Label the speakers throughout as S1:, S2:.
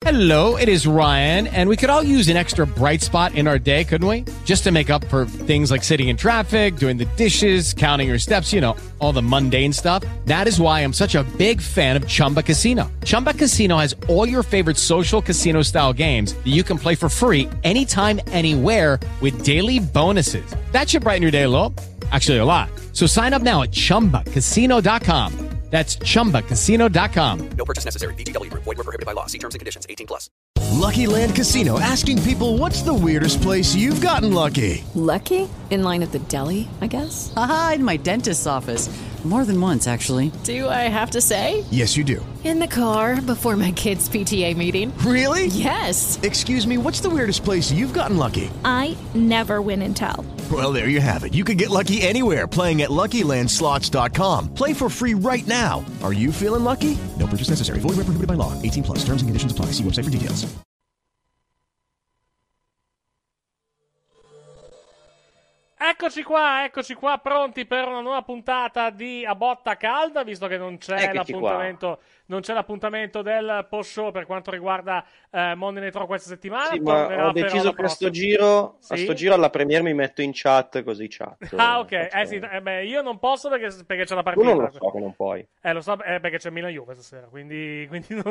S1: Hello, it is Ryan, and we could all use an extra bright spot in our day, couldn't we? Just to make up for things like sitting in traffic, doing the dishes, counting your steps, you know, all the mundane stuff. That is why I'm such a big fan of Chumba Casino. Chumba Casino has all your favorite social casino-style games that you can play for free anytime, anywhere with daily bonuses. That should brighten your day a little. Actually, a lot. So sign up now at ChumbaCasino.com. That's ChumbaCasino.com.
S2: No purchase necessary. VGW Group. Void where prohibited by law. See terms and conditions. 18+.
S3: Lucky Land Casino, asking people, what's the weirdest place you've gotten lucky?
S4: Lucky? In line at the deli, I guess?
S5: Aha, in my dentist's office. More than once, actually.
S4: Do I have to say?
S3: Yes, you do.
S4: In the car before my kids' PTA meeting.
S3: Really?
S4: Yes.
S3: Excuse me, what's the weirdest place you've gotten lucky?
S6: I never win and tell.
S3: Well, there you have it. You can get lucky anywhere, playing at LuckyLandSlots.com. Play for free right now. Are you feeling lucky? No purchase necessary. Void where prohibited by law. 18+. Terms and conditions apply. See website for details.
S7: Eccoci qua, pronti per una nuova puntata di A Botta Calda, visto che non c'è l'appuntamento del post show per quanto riguarda Monday Night Raw questa settimana.
S8: Sì, ma ho deciso che a sto giro alla Premiere mi metto in chat, così chat.
S7: Ah, ok. Sì, io non posso perché c'è la partita.
S8: Tu non lo so che non puoi.
S7: Lo so, perché c'è Milan-Juve stasera, quindi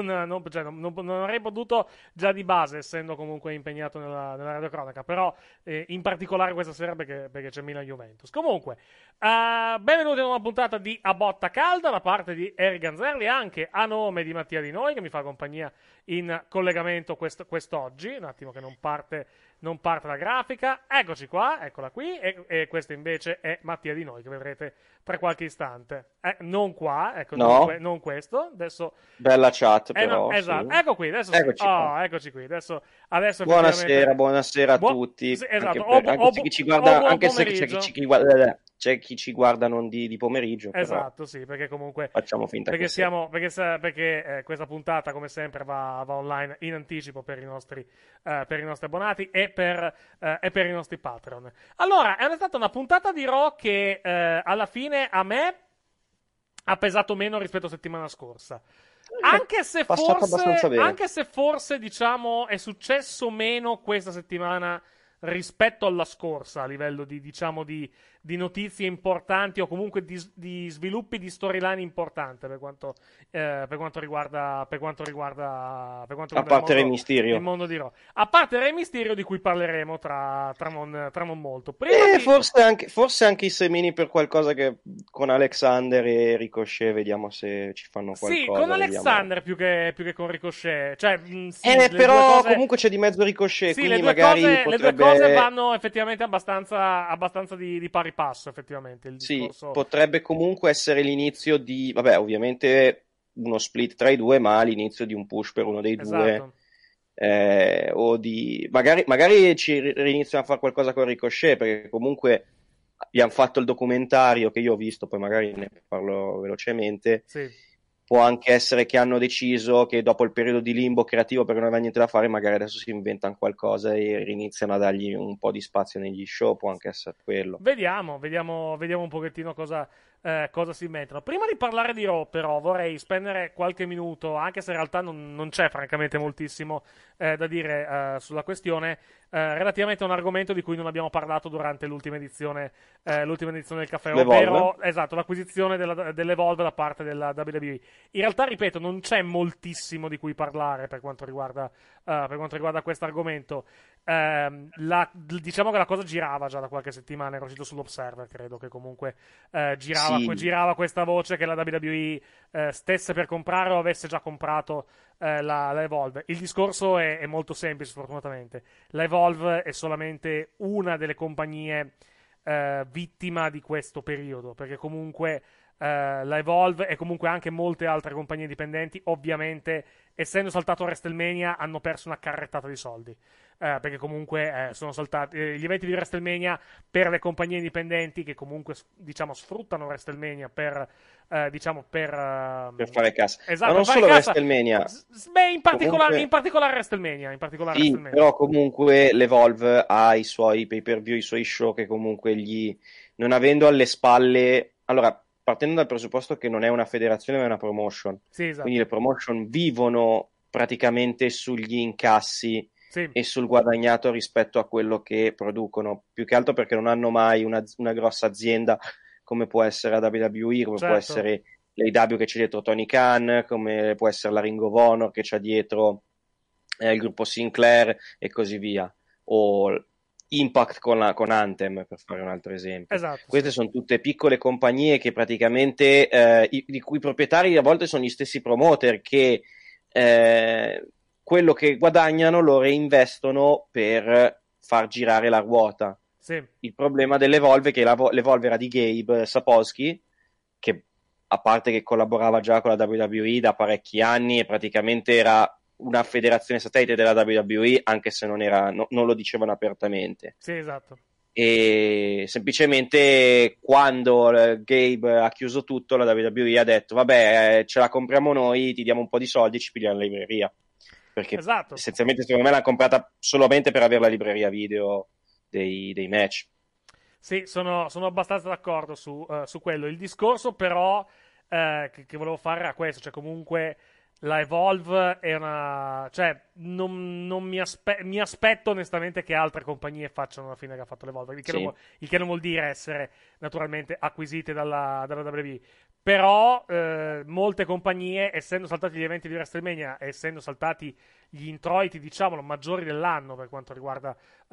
S7: non avrei potuto già di base, essendo comunque impegnato nella radiocronaca, però in particolare questa sera perché c'è Milan-Juventus. Comunque, benvenuti in una puntata di A Botta Calda da parte di Eric Ganzerli, anche a nome di Mattia Di Noi, che mi fa compagnia in collegamento quest'oggi. Un attimo che non parte la grafica. Eccoci qua, eccola qui, e questo invece è Mattia Di Noi, che vedrete tra qualche istante. Non qua, ecco,
S8: no.
S7: non questo. Adesso
S8: bella chat, però.
S7: No, esatto,
S8: sì.
S7: ecco qui, adesso eccoci qui. Adesso
S8: buonasera a tutti.
S7: Sì, esatto.
S8: Anche chi ci guarda, anche se c'è chi ci guarda non di pomeriggio.
S7: Esatto, sì, perché comunque
S8: facciamo finta
S7: perché
S8: che
S7: perché questa puntata, come sempre, va online in anticipo per i nostri abbonati e per i nostri Patreon. Allora, è stata una puntata di Raw che alla fine a me ha pesato meno rispetto a settimana scorsa. Anche se forse, diciamo, è successo meno questa settimana rispetto alla scorsa a livello di notizie importanti o comunque di sviluppi di storyline importante per quanto riguarda
S8: a parte Re Mysterio,
S7: il mondo di Raw, a parte Re Mysterio, di cui parleremo tra non molto.
S8: Forse anche i semini per qualcosa che con Alexander e Ricochet, vediamo se ci fanno qualcosa.
S7: Sì, con Alexander più che con Ricochet, cioè,
S8: però comunque c'è di mezzo Ricochet,
S7: sì,
S8: quindi magari
S7: le due cose vanno effettivamente abbastanza di pari passo, effettivamente. Il discorso...
S8: Sì, potrebbe comunque essere l'inizio di, vabbè, ovviamente uno split tra i due, ma l'inizio di un push per uno dei
S7: esatto.
S8: due, o di magari ci riniziano a fare qualcosa con Ricochet, perché comunque abbiamo fatto il documentario che io ho visto, poi magari ne parlo velocemente.
S7: Sì.
S8: Può anche essere che hanno deciso che dopo il periodo di limbo creativo, perché non aveva niente da fare, magari adesso si inventano qualcosa e iniziano a dargli un po' di spazio negli show. Può anche essere quello.
S7: Vediamo un pochettino cosa si inventano. Prima di parlare di Raw, però, vorrei spendere qualche minuto, anche se in realtà non c'è francamente moltissimo da dire sulla questione, relativamente a un argomento di cui non abbiamo parlato durante l'ultima edizione del caffè, ovvero l'acquisizione dell'Evolve da parte della WWE. In realtà, ripeto, non c'è moltissimo di cui parlare per quanto riguarda questo argomento. Diciamo che la cosa girava già da qualche settimana, era uscito sull'Observer, credo che comunque girava questa voce che la WWE stesse per comprare o avesse già comprato la Evolve. Il discorso è molto semplice, sfortunatamente. La Evolve è solamente una delle compagnie vittima di questo periodo, perché comunque la Evolve e comunque anche molte altre compagnie indipendenti, ovviamente, essendo saltato WrestleMania, hanno perso una carrettata di soldi. Perché comunque sono saltati gli eventi di WrestleMania per le compagnie indipendenti che comunque, diciamo, sfruttano WrestleMania per
S8: fare cassa.
S7: Esatto,
S8: ma non solo
S7: cassa.
S8: WrestleMania.
S7: In particolare WrestleMania.
S8: Però comunque l'Evolve ha i suoi pay-per-view, i suoi show che comunque non avendo alle spalle, allora, partendo dal presupposto che non è una federazione ma è una promotion,
S7: sì, esatto.
S8: Quindi le promotion vivono praticamente sugli incassi
S7: Sì.
S8: e sul guadagnato rispetto a quello che producono, più che altro perché non hanno mai una grossa azienda come può essere la WWE, come può
S7: Certo.
S8: essere l'AEW che c'è dietro Tony Khan, come può essere la Ring of Honor che c'è dietro il gruppo Sinclair e così via, o Impact con Anthem, per fare un altro esempio.
S7: Esatto,
S8: Queste sono tutte piccole compagnie che praticamente di cui i proprietari a volte sono gli stessi promoter che quello che guadagnano lo reinvestono per far girare la ruota.
S7: Sì.
S8: Il problema dell'Evolve è che l'Evolve era di Gabe Sapolsky, che a parte che collaborava già con la WWE da parecchi anni e praticamente era una federazione satellite della WWE, anche se non lo dicevano apertamente.
S7: Sì, esatto.
S8: E semplicemente quando Gabe ha chiuso tutto, la WWE ha detto vabbè, ce la compriamo noi, ti diamo un po' di soldi e ci pigliamo la libreria, perché
S7: Esatto.
S8: essenzialmente secondo me l'hanno comprata solamente per avere la libreria video dei match.
S7: Sì, sono abbastanza d'accordo su quello. Il discorso però che volevo fare era questo, cioè comunque la Evolve è una... cioè non mi aspetto onestamente che altre compagnie facciano la fine che ha fatto l'Evolve, il che non vuol dire essere naturalmente acquisite dalla WWE. Però molte compagnie, essendo saltati gli eventi di WrestleMania, essendo saltati gli introiti, diciamolo, maggiori dell'anno per quanto riguarda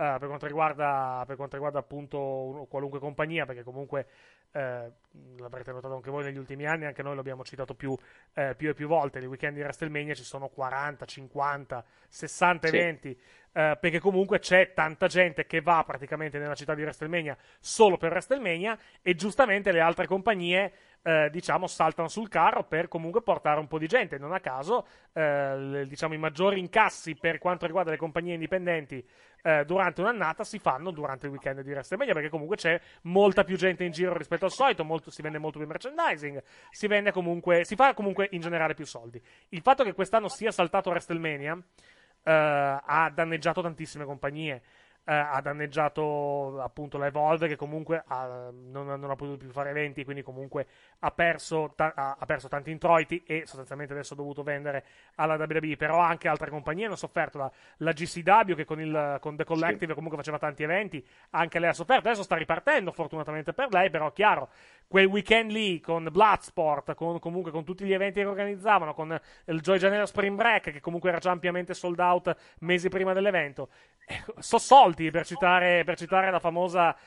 S7: appunto qualunque compagnia, perché comunque l'avrete notato anche voi negli ultimi anni, anche noi l'abbiamo citato più e più volte, nei weekend di WrestleMania ci sono 40, 50, 60 eventi, perché comunque c'è tanta gente che va praticamente nella città di WrestleMania solo per WrestleMania, e giustamente le altre compagnie diciamo saltano sul carro per comunque portare un po' di gente. Non a caso diciamo i maggiori incassi per quanto riguarda le compagnie indipendenti durante un'annata si fanno durante il weekend di WrestleMania, perché comunque c'è molta più gente in giro rispetto al solito, si vende molto più merchandising, si fa comunque in generale più soldi. Il fatto che quest'anno sia saltato WrestleMania ha danneggiato tantissime compagnie. Ha danneggiato appunto la Evolve, che comunque non ha potuto più fare eventi, quindi comunque ha perso tanti introiti e sostanzialmente adesso ha dovuto vendere alla WWE. Però anche altre compagnie hanno sofferto. La GCW, che con The Collective comunque faceva tanti eventi, anche lei ha sofferto. Adesso sta ripartendo fortunatamente per lei, però chiaro, quel weekend lì con Bloodsport, comunque con tutti gli eventi che organizzavano, con il Joy Janela Spring Break, che comunque era già ampiamente sold out mesi prima dell'evento, so soldi, per citare la famosa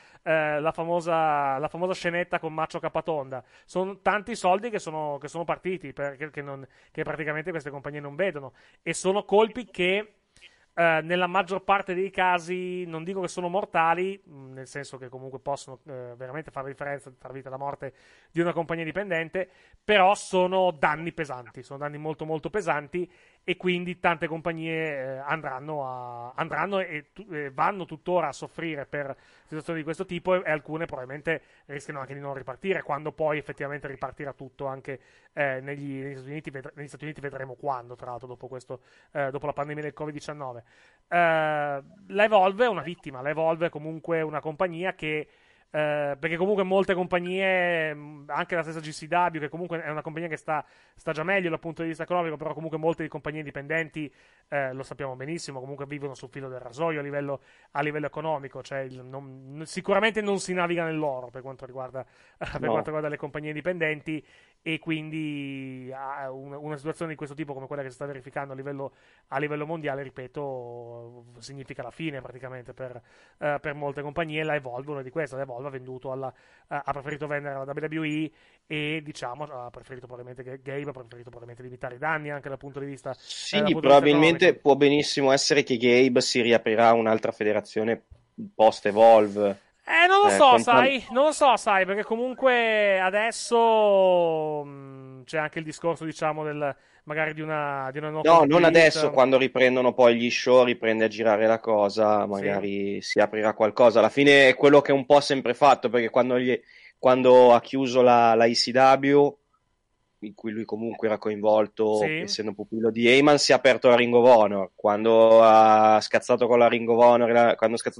S7: scenetta con Maccio Capatonda. Sono tanti soldi che sono partiti che praticamente queste compagnie non vedono, e sono colpi che nella maggior parte dei casi non dico che sono mortali, nel senso che comunque possono veramente fare la differenza tra vita e la morte di una compagnia dipendente, però sono danni pesanti, sono danni molto molto pesanti, e quindi tante compagnie andranno e vanno tuttora a soffrire per situazioni di questo tipo, e alcune probabilmente rischiano anche di non ripartire, quando poi effettivamente ripartirà tutto anche negli Stati Uniti vedremo quando, tra l'altro, dopo la pandemia del Covid-19. La Evolve è una vittima, la Evolve è comunque una compagnia che perché comunque molte compagnie, anche la stessa GCW, che comunque è una compagnia che sta già meglio dal punto di vista economico, però comunque molte compagnie indipendenti lo sappiamo benissimo, comunque vivono sul filo del rasoio a livello economico, cioè sicuramente non si naviga nell'oro per quanto riguarda le compagnie indipendenti, e quindi una situazione di questo tipo come quella che si sta verificando a livello mondiale, ripeto, significa la fine praticamente per molte compagnie. La Evolve, una di queste, la Evolve ha preferito vendere alla WWE, e diciamo ha preferito probabilmente Gabe ha preferito probabilmente limitare i danni anche dal punto di vista
S8: probabilmente può benissimo essere che Gabe si riaprirà un'altra federazione post Evolve.
S7: Non lo so, sai, perché comunque adesso c'è anche il discorso, diciamo, magari di una
S8: no, non adesso, quando riprendono poi gli show, riprende a girare la cosa, magari si aprirà qualcosa. Alla fine è quello che un po' ha sempre fatto, perché quando ha chiuso la ICW, in cui lui comunque era coinvolto, essendo pupillo di Heyman, si è aperto la Ring of Honor. Quando ha scazzato con la Ring of Honor,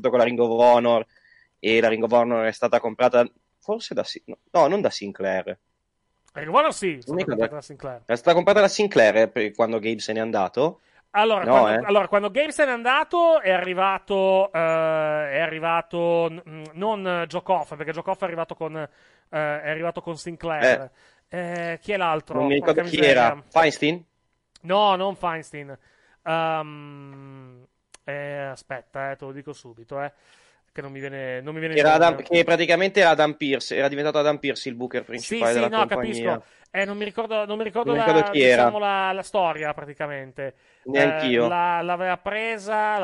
S8: e la Ring of Honor è stata comprata forse non da Sinclair.
S7: La Ring of Honor è stata comprata da Sinclair.
S8: È stata comprata da Sinclair quando Gabe se n'è andato.
S7: Allora,
S8: No,
S7: quando Gabe se n'è andato, è arrivato non Joe perché Joe è arrivato con Sinclair. Chi è l'altro?
S8: Non mi ricordo
S7: Porca
S8: chi
S7: miseria.
S8: era. Feinstein?
S7: No, non Feinstein. Aspetta, te lo dico subito, che non mi viene il nome.
S8: Che praticamente era Adam Pearce, era diventato Adam Pearce il booker principale della compagnia.
S7: Capisco. Non mi ricordo
S8: chi era.
S7: diciamo la storia praticamente.
S8: Neanch'io.
S7: L'aveva presa.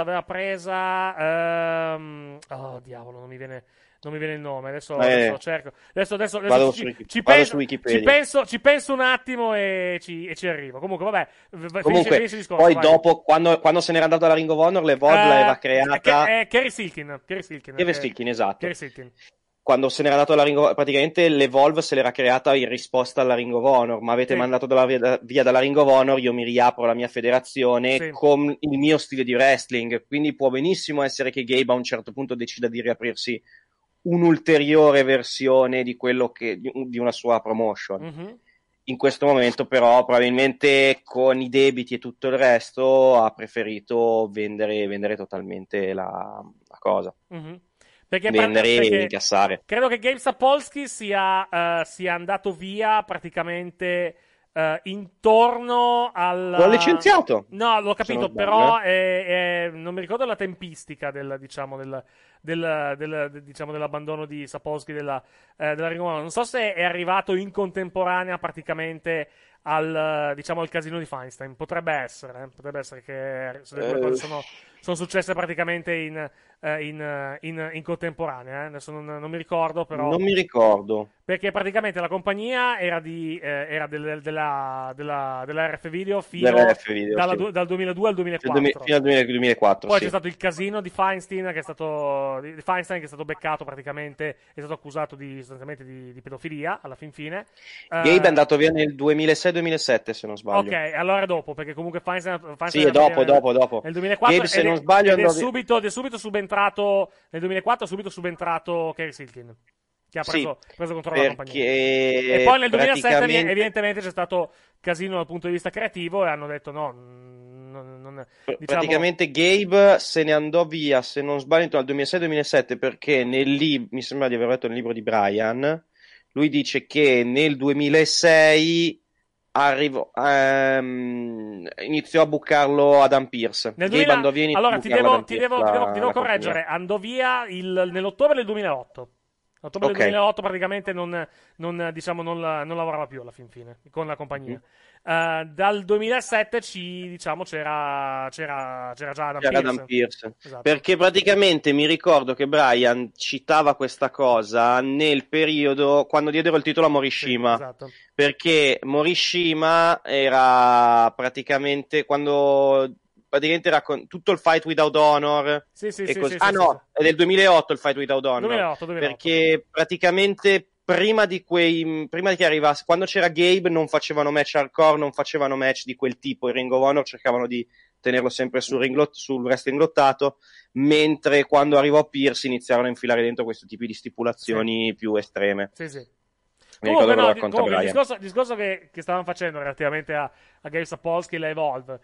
S7: Oh diavolo, non mi viene il nome. Adesso cerco. Adesso
S8: vado
S7: ci
S8: su Wikipedia.
S7: ci penso un attimo e ci arrivo. Comunque, vabbè.
S8: Comunque,
S7: finisci il discorso,
S8: poi
S7: vai.
S8: dopo, quando se n'era andato alla Ring of Honor, l'Evolve l'aveva creata.
S7: Kerry Silkin.
S8: Esatto.
S7: Kerry Silkin.
S8: Quando se n'era andato alla Ring of Honor, praticamente l'Evolve se l'era creata in risposta alla Ring of Honor, ma avete mandato via dalla Ring of Honor, io mi riapro la mia federazione con il mio stile di wrestling, quindi può benissimo essere che Gabe a un certo punto decida di riaprirsi un'ulteriore versione di quello di una sua promotion.
S7: Mm-hmm.
S8: In questo momento però probabilmente con i debiti e tutto il resto ha preferito vendere totalmente la cosa.
S7: Mm-hmm.
S8: Vendere e incassare.
S7: Credo che Gabe Sapolsky sia andato via praticamente intorno al...
S8: L'ho licenziato.
S7: No, l'ho capito, però non mi ricordo la tempistica dell'abbandono di Sapolsky della Ring of Honor. Non so se è arrivato in contemporanea praticamente al casino di Feinstein. Potrebbe essere che se le due cose sono successe praticamente in contemporanea. Adesso non mi ricordo, però.
S8: Non mi ricordo.
S7: Perché praticamente la compagnia era della RF Video dal 2002 al 2004.
S8: Fino al 2004.
S7: Poi c'è stato il casino di Feinstein che è stato beccato praticamente, è stato accusato sostanzialmente di pedofilia alla fin fine.
S8: Gabe è andato via nel 2006-2007 se non sbaglio.
S7: Ok, allora dopo, perché comunque Feinstein
S8: sì, è dopo.
S7: Nel 2004
S8: Gabe, se non sbaglio,
S7: è subito subentrato nel 2004 Kerry Silkin, che ha preso controllo della compagnia. E poi nel 2007 evidentemente c'è stato casino dal punto di vista creativo e hanno detto
S8: praticamente Gabe se ne andò via, se non sbaglio, nel 2006-2007 perché mi sembra di aver letto nel libro di Brian, lui dice che nel 2006 iniziò a bucarlo Adam Pearce.
S7: Gabe andò via. Allora ti devo correggere. Andò via nell'ottobre del 2008. Ottobre del 2008 praticamente non lavorava più alla fin fine con la compagnia. Dal 2007 c'era già Adam Pearce. Esatto.
S8: Perché praticamente mi ricordo che Brian citava questa cosa nel periodo quando diedero il titolo a Morishima.
S7: Sì, esatto.
S8: Perché Morishima era praticamente quando era con tutto il Fight Without Honor.
S7: Sì,
S8: è del 2008 il Fight Without Honor.
S7: 2008.
S8: Perché praticamente prima che arrivasse, quando c'era Gabe non facevano match hardcore, non facevano match di quel tipo, il Ring of Honor cercavano di tenerlo sempre sul wrestling lottato, mentre quando arrivò Pierce iniziarono a infilare dentro questo tipo di stipulazioni più estreme.
S7: Sì.
S8: Comunque,
S7: il discorso che stavamo facendo relativamente a Gabe Sapolsky e la Evolve,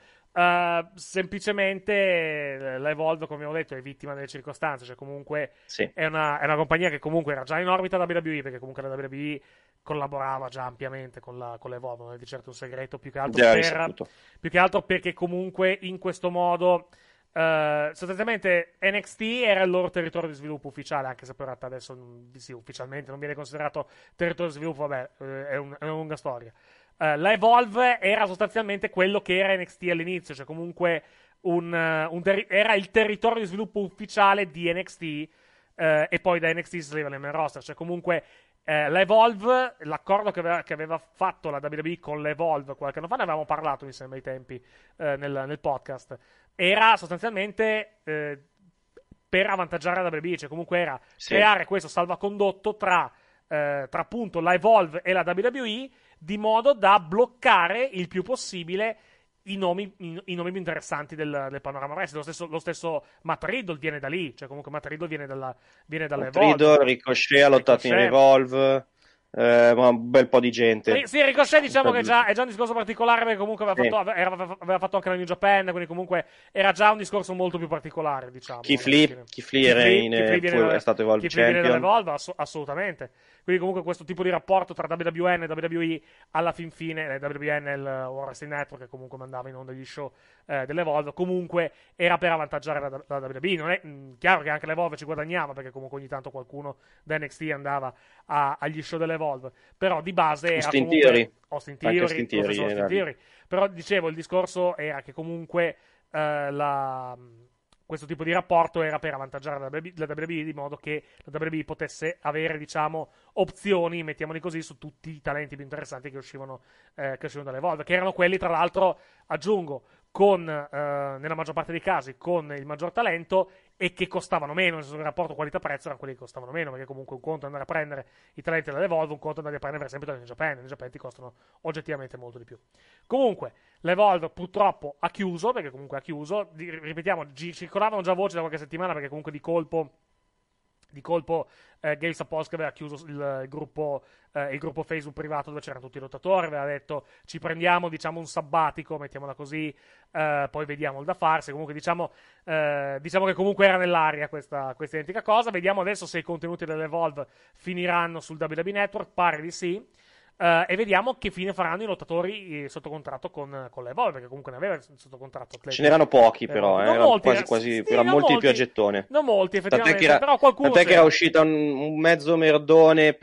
S7: semplicemente la Evolve, come ho detto, è vittima delle circostanze, cioè comunque è una compagnia che comunque era già in orbita da WWE, perché comunque la WWE collaborava già ampiamente con la Evolve, non è di certo un segreto, più che altro perché comunque in questo modo sostanzialmente NXT era il loro territorio di sviluppo ufficiale, anche se per realtà adesso ufficialmente non viene considerato territorio di sviluppo, vabbè, è una lunga storia. La Evolve era sostanzialmente quello che era NXT all'inizio, cioè comunque era il territorio di sviluppo ufficiale di NXT, e poi da NXT si leva nel main roster, cioè comunque la Evolve, l'accordo che aveva fatto la WWE con l'Evolve qualche anno fa, ne avevamo parlato mi sembra ai tempi nel podcast, era sostanzialmente per avvantaggiare la WWE, cioè comunque era creare questo salvacondotto tra appunto la Evolve e la WWE, di modo da bloccare il più possibile i nomi più interessanti del panorama wrestling. Lo stesso Matt Riddle viene da lì, cioè comunque Matt Riddle viene dalla Evolve.
S8: Riddle, Ricochet ha lottato in Revolve. ma un bel po' di gente.
S7: Sì, Ricochet diciamo che è già un discorso particolare, perché comunque aveva fatto anche la New Japan, quindi comunque era già un discorso molto più particolare, diciamo.
S8: Keith Lee è stato Evolve Champion.
S7: Assolutamente. Quindi comunque questo tipo di rapporto tra WWN e WWE alla fin fine, WWN e il World Wrestling Network, che comunque mandava in onda gli show dell'Evolve, comunque era per avvantaggiare la WWE. Non è chiaro che anche l'Evolve ci guadagnava, perché comunque ogni tanto qualcuno da NXT andava agli show dell'Evolve, però di base era Austin Theory. Però dicevo, il discorso era che comunque questo tipo di rapporto era per avvantaggiare la WWE, di modo che la WWE potesse avere, diciamo, opzioni, mettiamoli così, su tutti i talenti più interessanti che uscivano dall'Evolve, che erano quelli, tra l'altro, aggiungo, nella maggior parte dei casi, con il maggior talento, e che costavano meno, nel senso che il rapporto qualità-prezzo erano quelli che costavano meno, perché comunque un conto è andare a prendere i talenti dall'Evolve, un conto è andare a prendere per esempio da New Japan. New Japan ti costano oggettivamente molto di più. Comunque l'Evolve purtroppo ha chiuso, ripetiamo, circolavano già voci da qualche settimana, perché comunque di colpo Gabe Sapolsky aveva chiuso il gruppo Facebook privato dove c'erano tutti i lottatori, aveva detto ci prendiamo, diciamo, un sabbatico, mettiamola così, poi vediamo il da farsi. Comunque diciamo che comunque era nell'aria questa identica cosa. Vediamo adesso se i contenuti dell'Evolve finiranno sul WWE Network, pare di sì. E vediamo che fine faranno i lottatori sotto contratto con l'Evolve, perché comunque ne aveva sotto contratto atleti.
S8: Ce n'erano pochi, però, erano molti, quasi erano molti più a gettone.
S7: Non molti, effettivamente, però qualcuno
S8: tant'è che era uscita un mezzo merdone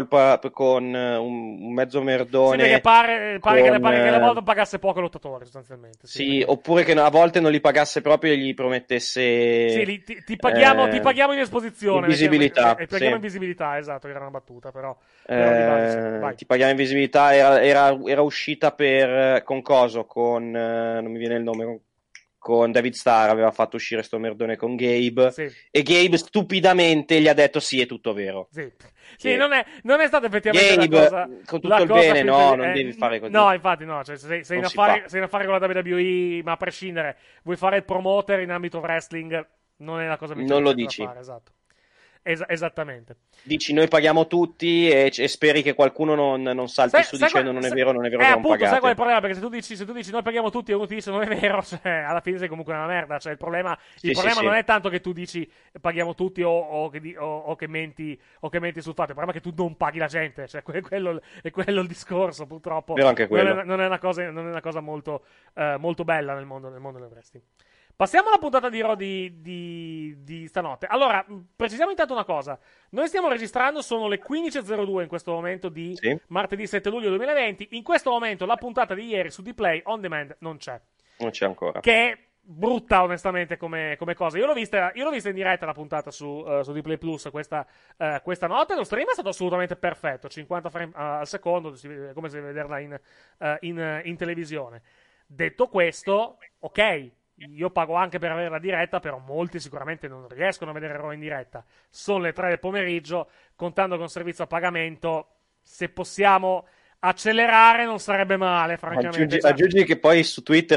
S8: con un mezzo merdone.
S7: Sì, perché pare che l'Evolve pagasse poco ai lottatori, sostanzialmente.
S8: Sì, oppure che a volte non li pagasse proprio e gli promettesse...
S7: Sì, ti paghiamo in esposizione.
S8: Visibilità.
S7: E paghiamo in visibilità, esatto, che era una battuta, però vai.
S8: Ti paghiamo in visibilità, era uscita con coso, non mi viene il nome, con David Starr, aveva fatto uscire sto merdone con Gabe,
S7: sì.
S8: E Gabe stupidamente gli ha detto sì, è tutto vero.
S7: Sì, non è stato effettivamente
S8: Gabe,
S7: la cosa,
S8: con tutto il bene, non devi fare così.
S7: No, infatti no, cioè, sei in affari con la WWE, ma a prescindere, vuoi fare il promoter in ambito wrestling, non è la cosa migliore
S8: non lo dici.
S7: Da fare, esatto. Esattamente.
S8: Dici noi paghiamo tutti e speri che qualcuno non salti su dicendo non è vero che non
S7: appunto,
S8: pagate.
S7: sai qual è il problema? Perché se tu dici noi paghiamo tutti e uno ti dice non è vero, cioè, alla fine sei comunque una merda. Cioè, il problema non è tanto che tu dici paghiamo tutti o che menti sul fatto. Il problema è che tu non paghi la gente, cioè, è quello il discorso, purtroppo.
S8: Vero anche quello.
S7: Non è una cosa molto bella nel mondo del wrestling. Passiamo alla puntata di Raw di stanotte. Allora, precisiamo intanto una cosa. Noi stiamo registrando, sono le 15.02 in questo momento di martedì 7 luglio 2020. In questo momento la puntata di ieri su Dplay On Demand non c'è.
S8: Non c'è ancora.
S7: Che è brutta onestamente come cosa. Io l'ho vista in diretta la puntata su Dplay Plus questa notte. Lo stream è stato assolutamente perfetto, 50 frame al secondo, come se vederla in televisione. Detto questo, ok, io pago anche per avere la diretta, però molti sicuramente non riescono a vedere Raw in diretta. Sono le 3 del pomeriggio, contando con servizio a pagamento, se possiamo accelerare non sarebbe male, francamente.
S8: Aggiungi che poi su Twitter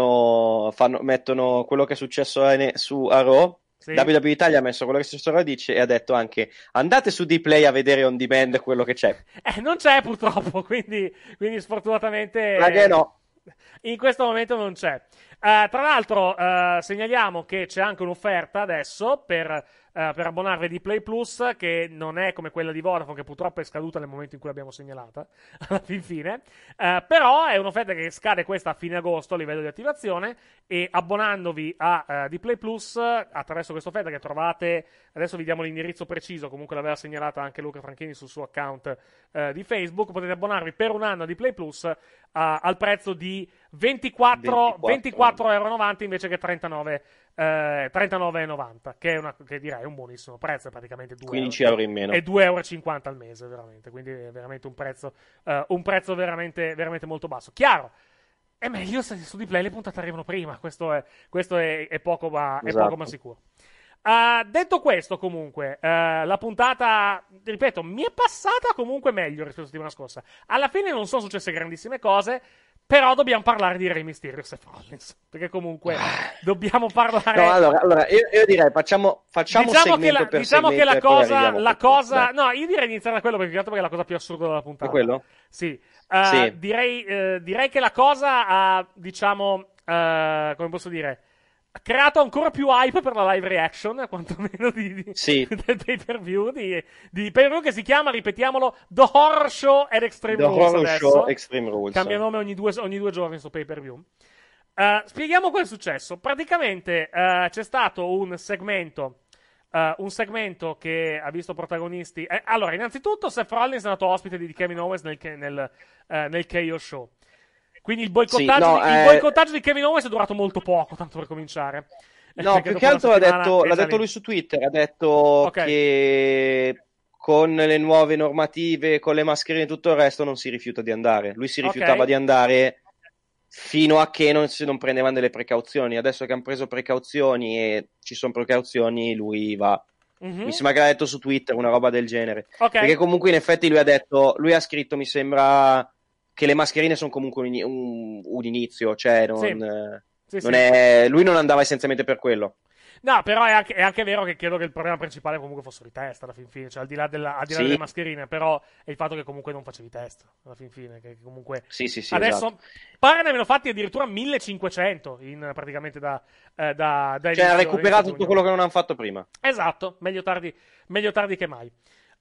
S8: mettono quello che è successo a Raw. Sì. WWE Italia ha messo quello che è successo a Raw e ha detto anche andate su Dplay a vedere on demand quello che c'è.
S7: Non c'è purtroppo, quindi sfortunatamente
S8: no.
S7: In questo momento non c'è. Tra l'altro segnaliamo che c'è anche un'offerta adesso per abbonarvi a Dplay Plus, che non è come quella di Vodafone, che purtroppo è scaduta nel momento in cui l'abbiamo segnalata alla fine, però è un'offerta che scade questa a fine agosto a livello di attivazione, e abbonandovi a Dplay Plus attraverso questa offerta che trovate, adesso vi diamo l'indirizzo preciso, comunque l'aveva segnalata anche Luca Franchini sul suo account di Facebook, potete abbonarvi per un anno a Dplay Plus al prezzo di 24,90 invece che 39,90, che direi è un buonissimo prezzo, è praticamente
S8: 15 euro in meno.
S7: È 2,50 euro al mese, veramente, quindi è veramente un prezzo veramente, veramente molto basso. Chiaro, è meglio se su Dplay le puntate arrivano prima, questo è poco ma sicuro. Detto questo, comunque, la puntata, ripeto, mi è passata comunque meglio rispetto alla settimana scorsa. Alla fine non sono successe grandissime cose, Però dobbiamo parlare di Rey Mysterio e Seth Rollins, perché comunque dobbiamo parlare.
S8: No, allora io direi facciamo
S7: diciamo
S8: segmento per
S7: diciamo
S8: segmento.
S7: che la cosa, no, io direi di iniziare da quello perché è la cosa più assurda della puntata.
S8: È quello?
S7: Sì.
S8: Sì.
S7: Direi che la cosa ha, diciamo, come posso dire, ha creato ancora più hype per la live reaction, quantomeno
S8: sì.
S7: del pay-per-view, di pay-per-view che si chiama, ripetiamolo, The Horror Show at Extreme Rules.
S8: The Horror Show Extreme Rules.
S7: Cambia nome ogni due giorni su pay-per-view. Spieghiamo cosa è successo. Praticamente c'è stato un segmento che ha visto protagonisti. Allora, innanzitutto, Seth Rollins è andato ospite di Kevin Owens nel KO Show. Quindi il boicottaggio di Kevin Owens è durato molto poco, tanto per cominciare.
S8: No, più che altro l'ha detto lui su Twitter. Ha detto che con le nuove normative, con le mascherine e tutto il resto, non si rifiuta di andare. Lui si rifiutava di andare fino a che non prendevano delle precauzioni. Adesso che hanno preso precauzioni e ci sono precauzioni, lui va. Mm-hmm. Mi sembra che l'ha detto su Twitter una roba del genere. Perché comunque in effetti lui ha scritto, mi sembra, che le mascherine sono comunque un inizio, cioè lui non andava essenzialmente per quello.
S7: No, però è anche vero che credo che il problema principale comunque fossero i test alla fin fine, cioè al di là delle mascherine, però è il fatto che comunque non facevi test alla fin fine, che comunque adesso
S8: esatto.
S7: pare ne abbiano fatti addirittura 1500 praticamente da
S8: cioè ha recuperato tutto quello che non hanno fatto prima.
S7: Esatto, meglio tardi che mai.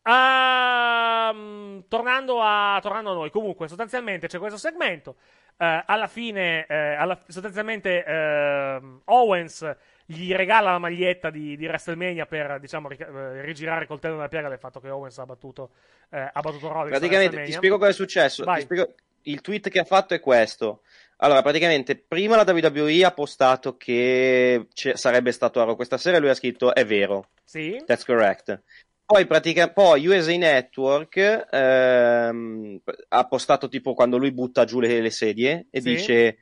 S7: Tornando a noi, comunque sostanzialmente c'è questo segmento, alla fine sostanzialmente Owens gli regala la maglietta di WrestleMania per, diciamo, rigirare il coltello nella piaga del fatto che Owens ha battuto Rollins.
S8: Praticamente ti spiego cosa è successo. Il tweet che ha fatto è questo. Allora, praticamente prima la WWE ha postato che sarebbe stato Raw questa sera e lui ha scritto è vero.
S7: Sì.
S8: That's correct. Poi USA Network ha postato tipo quando lui butta giù le sedie e dice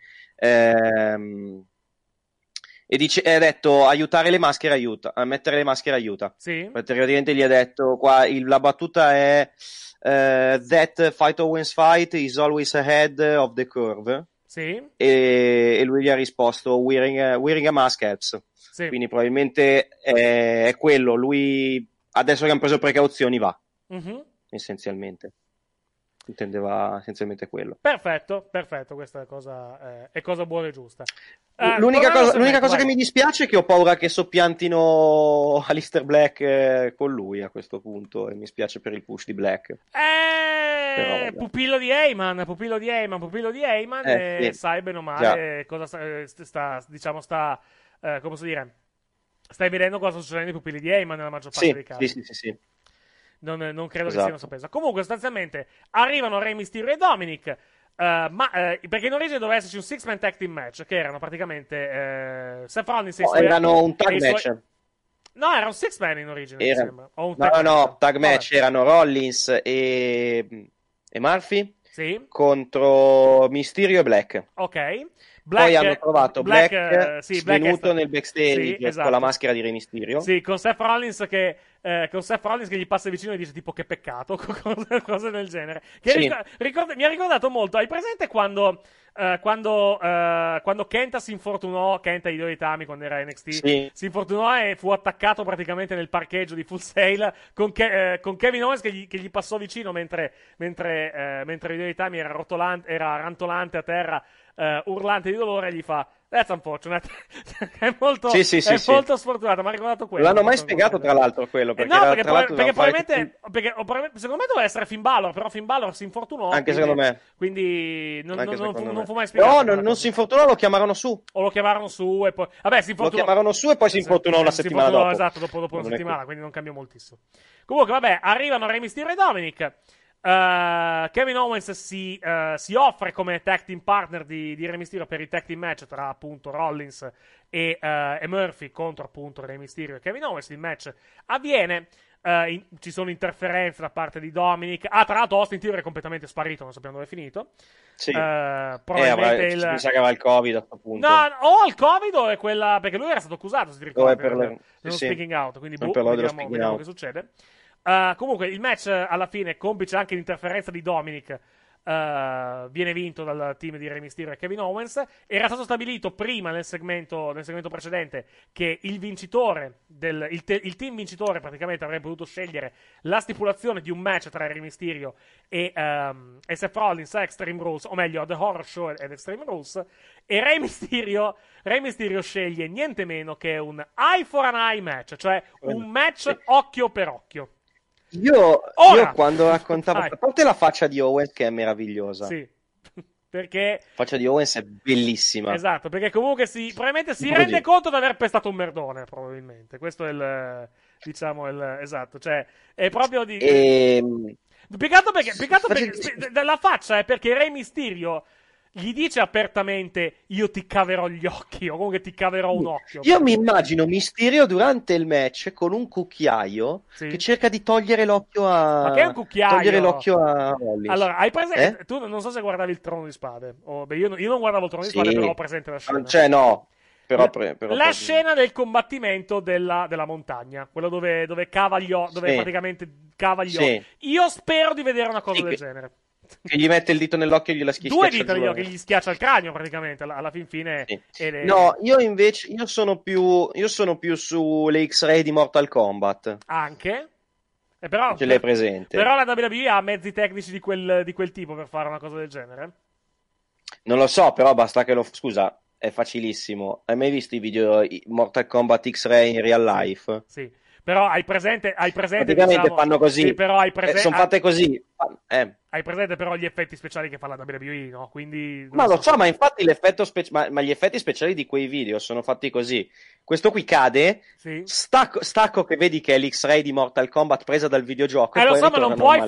S8: ha detto aiutare le maschere aiuta, a mettere le maschere aiuta.
S7: Sì.
S8: Praticamente gli ha detto qua la battuta è that fight Owens fight is always ahead of the curve.
S7: Sì.
S8: E lui gli ha risposto wearing a mask helps.
S7: Sì.
S8: Quindi probabilmente è quello, lui adesso che hanno preso precauzioni va.
S7: Mm-hmm.
S8: Essenzialmente intendeva essenzialmente quello.
S7: Perfetto, questa è cosa buona e giusta.
S8: L'unica cosa che mi dispiace è che ho paura che soppiantino Aleister Black con lui a questo punto e mi spiace per il push di Black.
S7: Pupillo di Heyman,
S8: sì.
S7: Sai bene o male cosa sta come posso dire, stai vedendo cosa sta succedendo ai pupilli di Heyman nella maggior parte dei casi. Sì. Non credo che siano sorpresa. Comunque, sostanzialmente, arrivano Rey Mysterio e Dominic. Perché in origine doveva esserci un six-man tag team match, che erano praticamente Seth Rollins
S8: erano un tag match.
S7: No, era un six-man in origine, mi sembra.
S8: Tag match erano Rollins e Murphy contro Mysterio e Black.
S7: Ok.
S8: Poi hanno trovato Black svenuto nel backstage
S7: esatto.
S8: con la maschera di Rey Mysterio.
S7: Sì, con Seth Rollins che gli passa vicino e dice tipo che peccato, cose del genere. Che mi ha ricordato molto. Hai presente quando Kenta si infortunò, Kenta Hideo Itami quando era NXT, si infortunò e fu attaccato praticamente nel parcheggio di Full Sail con Kevin Owens che gli passò vicino mentre Hideo Itami era rantolante a terra, urlante di dolore, e gli fa that's unfortunate. È molto sfortunato. Mi ha ricordato quello.
S8: Non l'hanno mai spiegato tra l'altro quello perché
S7: probabilmente secondo me doveva essere Finn Balor, però Finn Balor si infortunò
S8: anche secondo me,
S7: quindi non fu mai spiegato.
S8: No, non si infortunò, lo chiamarono su
S7: e poi vabbè si infortunò,
S8: lo chiamarono su e poi si infortunò una settimana dopo.
S7: Esatto, dopo una settimana, quindi non cambiò moltissimo. Comunque vabbè, arrivano Rey Mysterio e Dominic. Kevin Owens si offre come tag team partner di Rey Mysterio per il tag team match tra appunto Rollins e Murphy contro appunto Rey Mysterio e Kevin Owens. Il match avviene, ci sono interferenze da parte di Dominic. Tra l'altro Austin Theory è completamente sparito, non sappiamo dove è finito. Probabilmente
S8: mi sa che aveva il Covid a questo punto.
S7: No, o il Covid o è quella, perché lui era stato accusato, se ti ricordi, per speaking out, quindi vediamo che succede. Comunque il match alla fine, complice anche l'interferenza di Dominic, viene vinto dal team di Rey Mysterio e Kevin Owens. Era stato stabilito prima nel segmento precedente che il vincitore il team vincitore praticamente avrebbe potuto scegliere la stipulazione di un match tra Rey Mysterio e Seth Rollins a Extreme Rules, o meglio The Horror Show ed Extreme Rules, e Rey Mysterio sceglie niente meno che un eye for an eye match, cioè un match occhio per occhio.
S8: Io quando raccontavo, a parte la faccia di Owens che è meravigliosa,
S7: sì, perché
S8: la faccia di Owens è bellissima,
S7: esatto, perché comunque probabilmente si rende conto di aver pestato un merdone, probabilmente questo è esatto, cioè è proprio di peccato perché la faccia è perché Rey Mysterio gli dice apertamente io ti caverò gli occhi, o comunque ti caverò un occhio.
S8: Io mi immagino Mysterio durante il match con un cucchiaio che cerca di togliere l'occhio a...
S7: Ma che è un cucchiaio?
S8: Togliere l'occhio a Rollins.
S7: Allora, hai presente? Tu non so se guardavi il Trono di Spade. Io non guardavo il Trono di Spade, però ho presente la scena.
S8: Cioè no, però
S7: la scena del combattimento della montagna, quello dove cava gli occhi, dove praticamente cava gli occhi. Io spero di vedere una cosa del genere.
S8: Che gli mette il dito nell'occhio e gliela schiaccia.
S7: Due dita negli occhi, gli schiaccia il cranio praticamente alla fin fine.
S8: Sì. No, io invece sono più sulle X-Ray di Mortal Kombat.
S7: Anche? Però,
S8: ce l'hai presente.
S7: Però la WWE ha mezzi tecnici di quel tipo per fare una cosa del genere?
S8: Non lo so, però basta che scusa, è facilissimo. Hai mai visto i video Mortal Kombat X-Ray in real life?
S7: Sì. Però hai presente
S8: praticamente fanno così.
S7: Sì, però
S8: sono fatte così.
S7: Hai presente però gli effetti speciali che fa la WWE, no? Quindi
S8: ma lo so, ma infatti l'effetto ma gli effetti speciali di quei video sono fatti così. Questo qui cade, stacco che vedi che è l'X-Ray di Mortal Kombat presa dal videogioco.
S7: Lo so, ma non puoi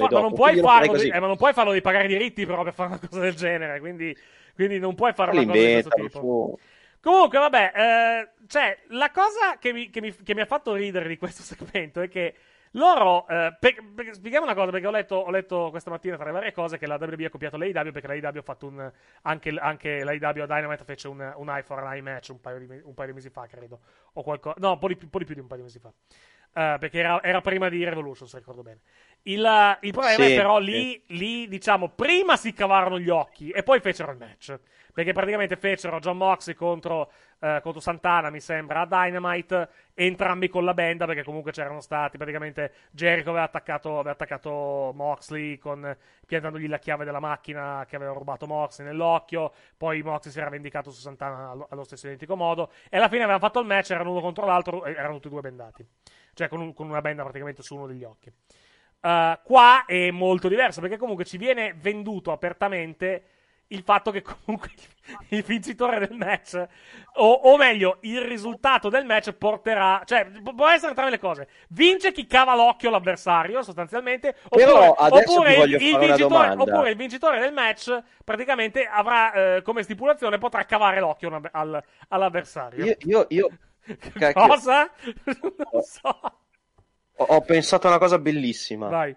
S7: farlo di pagare i diritti però per fare una cosa del genere, quindi non puoi fare una cosa di questo tipo. Comunque, vabbè, cioè, la cosa che mi ha fatto ridere di questo segmento è che loro, spieghiamo una cosa, perché ho letto questa mattina tra le varie cose che la WWE ha copiato l'AEW, perché l'AEW ha fatto anche l'AEW a Dynamite fece un eye for an eye match un paio di mesi fa, credo, o qualcosa, no, un po' di più di un paio di mesi fa, perché era prima di Revolution, se ricordo bene. Il problema è però lì, diciamo, prima si cavarono gli occhi e poi fecero il match. Perché praticamente fecero John Moxley contro Santana, mi sembra, a Dynamite, entrambi con la benda, perché comunque c'erano stati, praticamente Jericho aveva attaccato Moxley piantandogli la chiave della macchina che aveva rubato Moxley nell'occhio, poi Moxley si era vendicato su Santana allo stesso identico modo, e alla fine avevano fatto il match, erano uno contro l'altro, erano tutti e due bendati, cioè con una benda praticamente su uno degli occhi. Qua è molto diverso, perché comunque ci viene venduto apertamente il fatto che comunque il vincitore del match, o meglio, il risultato del match porterà, cioè può essere entrambe le cose. Vince chi cava l'occhio l'avversario, sostanzialmente, oppure il vincitore del match praticamente avrà come stipulazione, potrà cavare l'occhio all'avversario.
S8: Io
S7: cosa? Non so.
S8: Ho pensato a una cosa bellissima.
S7: Vai.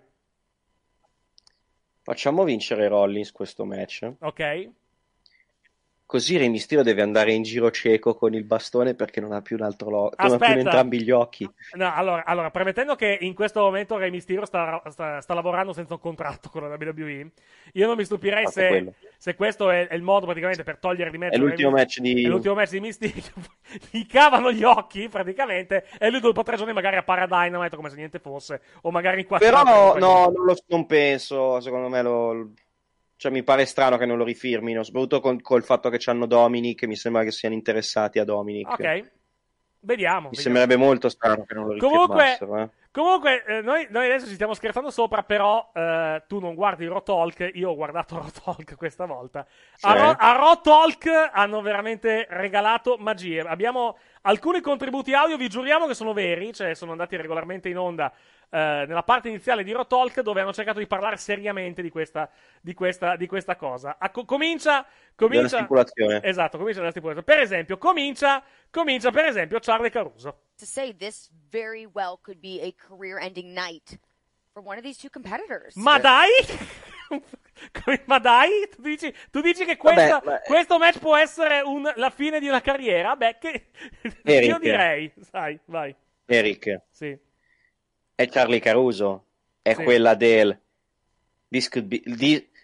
S8: Facciamo vincere Rollins questo match.
S7: Ok.
S8: Così Rey Mysterio deve andare in giro cieco con il bastone perché non ha più un altro non ha più entrambi gli occhi.
S7: No, allora, premettendo che in questo momento Rey Mysterio sta lavorando senza un contratto con la WWE, io non mi stupirei se questo è il modo praticamente per togliere di mezzo.
S8: È l'ultimo match di
S7: Mysterio. Gli cavano gli occhi praticamente e lui dopo 3 giorni magari appare a Dynamite come se niente fosse, o magari in 4
S8: Però no, non penso, secondo me cioè mi pare strano che non lo rifirmino, soprattutto col fatto che c'hanno Dominic, mi sembra che siano interessati a Dominic.
S7: Ok, vediamo.
S8: Sembrerebbe molto strano che non lo rifirmassero.
S7: Comunque noi adesso ci stiamo scherzando sopra, però tu non guardi Raw Talk, io ho guardato Raw Talk questa volta.
S8: Sì.
S7: A Raw Talk hanno veramente regalato magie. Abbiamo alcuni contributi audio, vi giuriamo che sono veri, cioè sono andati regolarmente in onda nella parte iniziale di Raw Talk, dove hanno cercato di parlare seriamente di questa cosa. Comincia
S8: dalla stipulazione.
S7: Esatto, comincia dalla stipulazione. Per esempio, comincia per esempio Charlie Caruso.
S9: To say this very well could be a career-ending night for one of these two competitors.
S7: Ma dai? Ma dai? Tu dici che questo match può essere la fine di una carriera? Beh, io direi, sai, vai.
S8: Eric.
S7: Sì.
S8: È Charlie Caruso. È quella del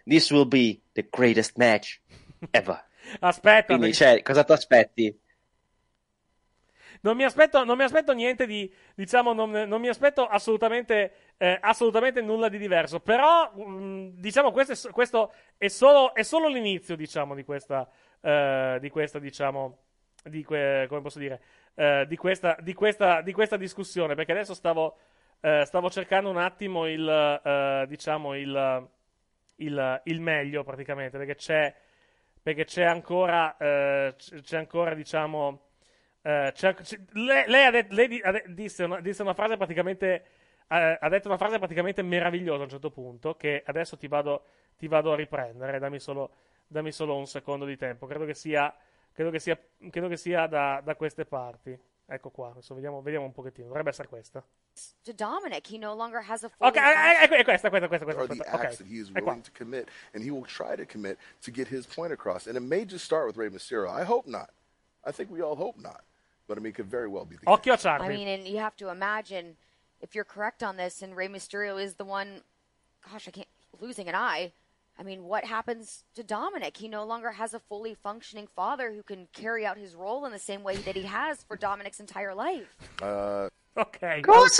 S8: this will be the greatest match ever.
S7: Aspetta,
S8: quindi cosa ti aspetti?
S7: Non mi aspetto niente di, diciamo, non mi aspetto assolutamente nulla di diverso. Però, diciamo, questo è solo l'inizio, diciamo, di questa, diciamo, come posso dire, di questa discussione. Perché adesso stavo cercando un attimo diciamo, il meglio, praticamente, perché c'è ancora, diciamo. Lei disse una frase praticamente ha detto una frase praticamente meravigliosa a un certo punto, che adesso ti vado a riprendere. Dammi solo un secondo di tempo. Credo che sia da queste parti. Ecco qua, adesso vediamo un pochettino. Dovrebbe essere questa.
S9: To Dominic, he no longer has a full.
S7: Ok, è questa.
S10: Are the acts that he is willing to commit, and he will try to commit to get his point across. And it may just start with Rey Mysterio. I hope not. I think we all hope not. But I mean, it could very well be the
S7: Occhio a
S10: case.
S7: Charlie.
S9: I mean, and you have to imagine if you're correct on this, and Rey Mysterio is the one. Gosh, I can't losing an eye. I mean, what happens to Dominic? He no longer has a fully functioning father who can carry out his role in the same way that he has for Dominic's entire life.
S7: Ok.
S8: Cosa?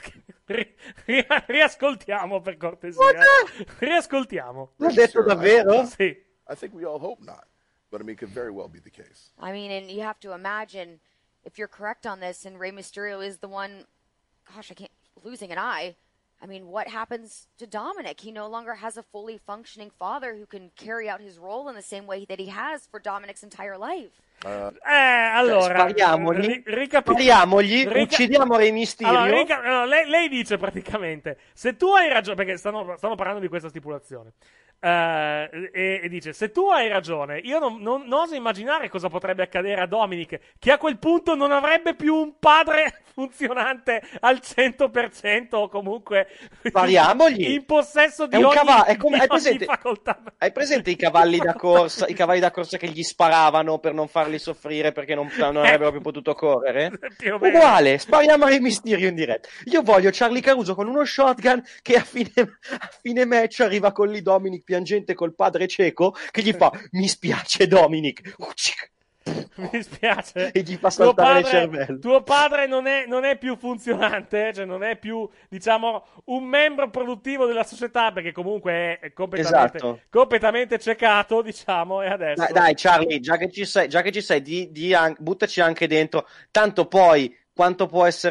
S7: Riascoltiamo per cortesia. Riascoltiamo.
S8: L'ha detto davvero?
S7: Sì.
S10: I think we all hope not. But I mean, it could very well be the case.
S9: I mean, and you have to imagine if you're correct on this, and Rey Mysterio is the one. Gosh, I can't losing an eye. I mean, what happens to Dominic? He no longer has a fully functioning father who can carry out his role in the same way that he has for Dominic's entire life.
S7: Allora,
S8: spariamogli, uccidiamo Rey Mysterio.
S7: Allora, lei dice praticamente, se tu hai ragione, perché stanno parlando di questa stipulazione, e dice, se tu hai ragione, io non oso immaginare cosa potrebbe accadere a Dominic, che a quel punto non avrebbe più un padre funzionante al 100%, o comunque
S8: spariamogli
S7: in possesso di ogni facoltà.
S8: Hai presente i cavalli da corsa che gli sparavano per non farli soffrire perché non avrebbero più potuto correre? Uguale, spariamo a Rey Mysterio in diretta. Io voglio Charlie Caruso con uno shotgun che a fine match arriva con lì Dominic piangente col padre cieco che gli fa mi spiace Dominic,
S7: mi spiace,
S8: e gli fa saltare il cervello.
S7: Tuo padre non è più funzionante, cioè non è più, diciamo, un membro produttivo della società, perché comunque è completamente ciecato, diciamo, e adesso
S8: dai Charlie, già che ci sei buttaci anche dentro, tanto poi tanto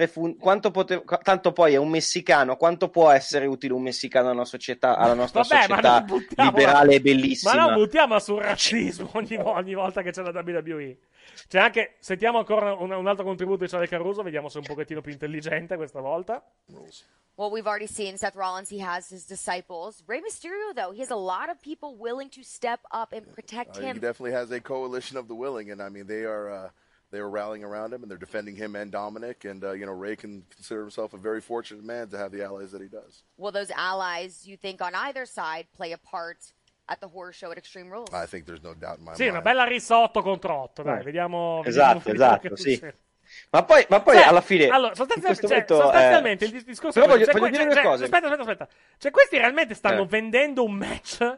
S8: poi è un messicano, quanto può essere utile un messicano alla nostra società liberale e bellissima?
S7: Ma non buttiamola sul razzismo ogni volta che c'è la WWE. C'è anche, sentiamo ancora un altro contributo di Charlie Caruso, vediamo se è un pochettino più intelligente questa volta.
S9: Well, we've already seen Seth Rollins, he has his disciples. Rey Mysterio, though, he has a lot of people willing to step up and protect him.
S10: He definitely has a coalition of the willing, and I mean, they are rallying around him, and they're defending him and Dominic, and Rey can consider himself a very fortunate man to have the allies that he does.
S9: Will those allies, you think, on either side play a part at the horror show at Extreme Rules?
S10: I think there's no doubt in my mind.
S7: Sì, una bella rissa 8 contro 8, dai, vediamo.
S8: Esatto, sì. Ma poi alla fine,
S7: allora, sostanzialmente il discorso
S8: però voglio dire due cose.
S7: Aspetta. Cioè, questi realmente stanno vendendo un match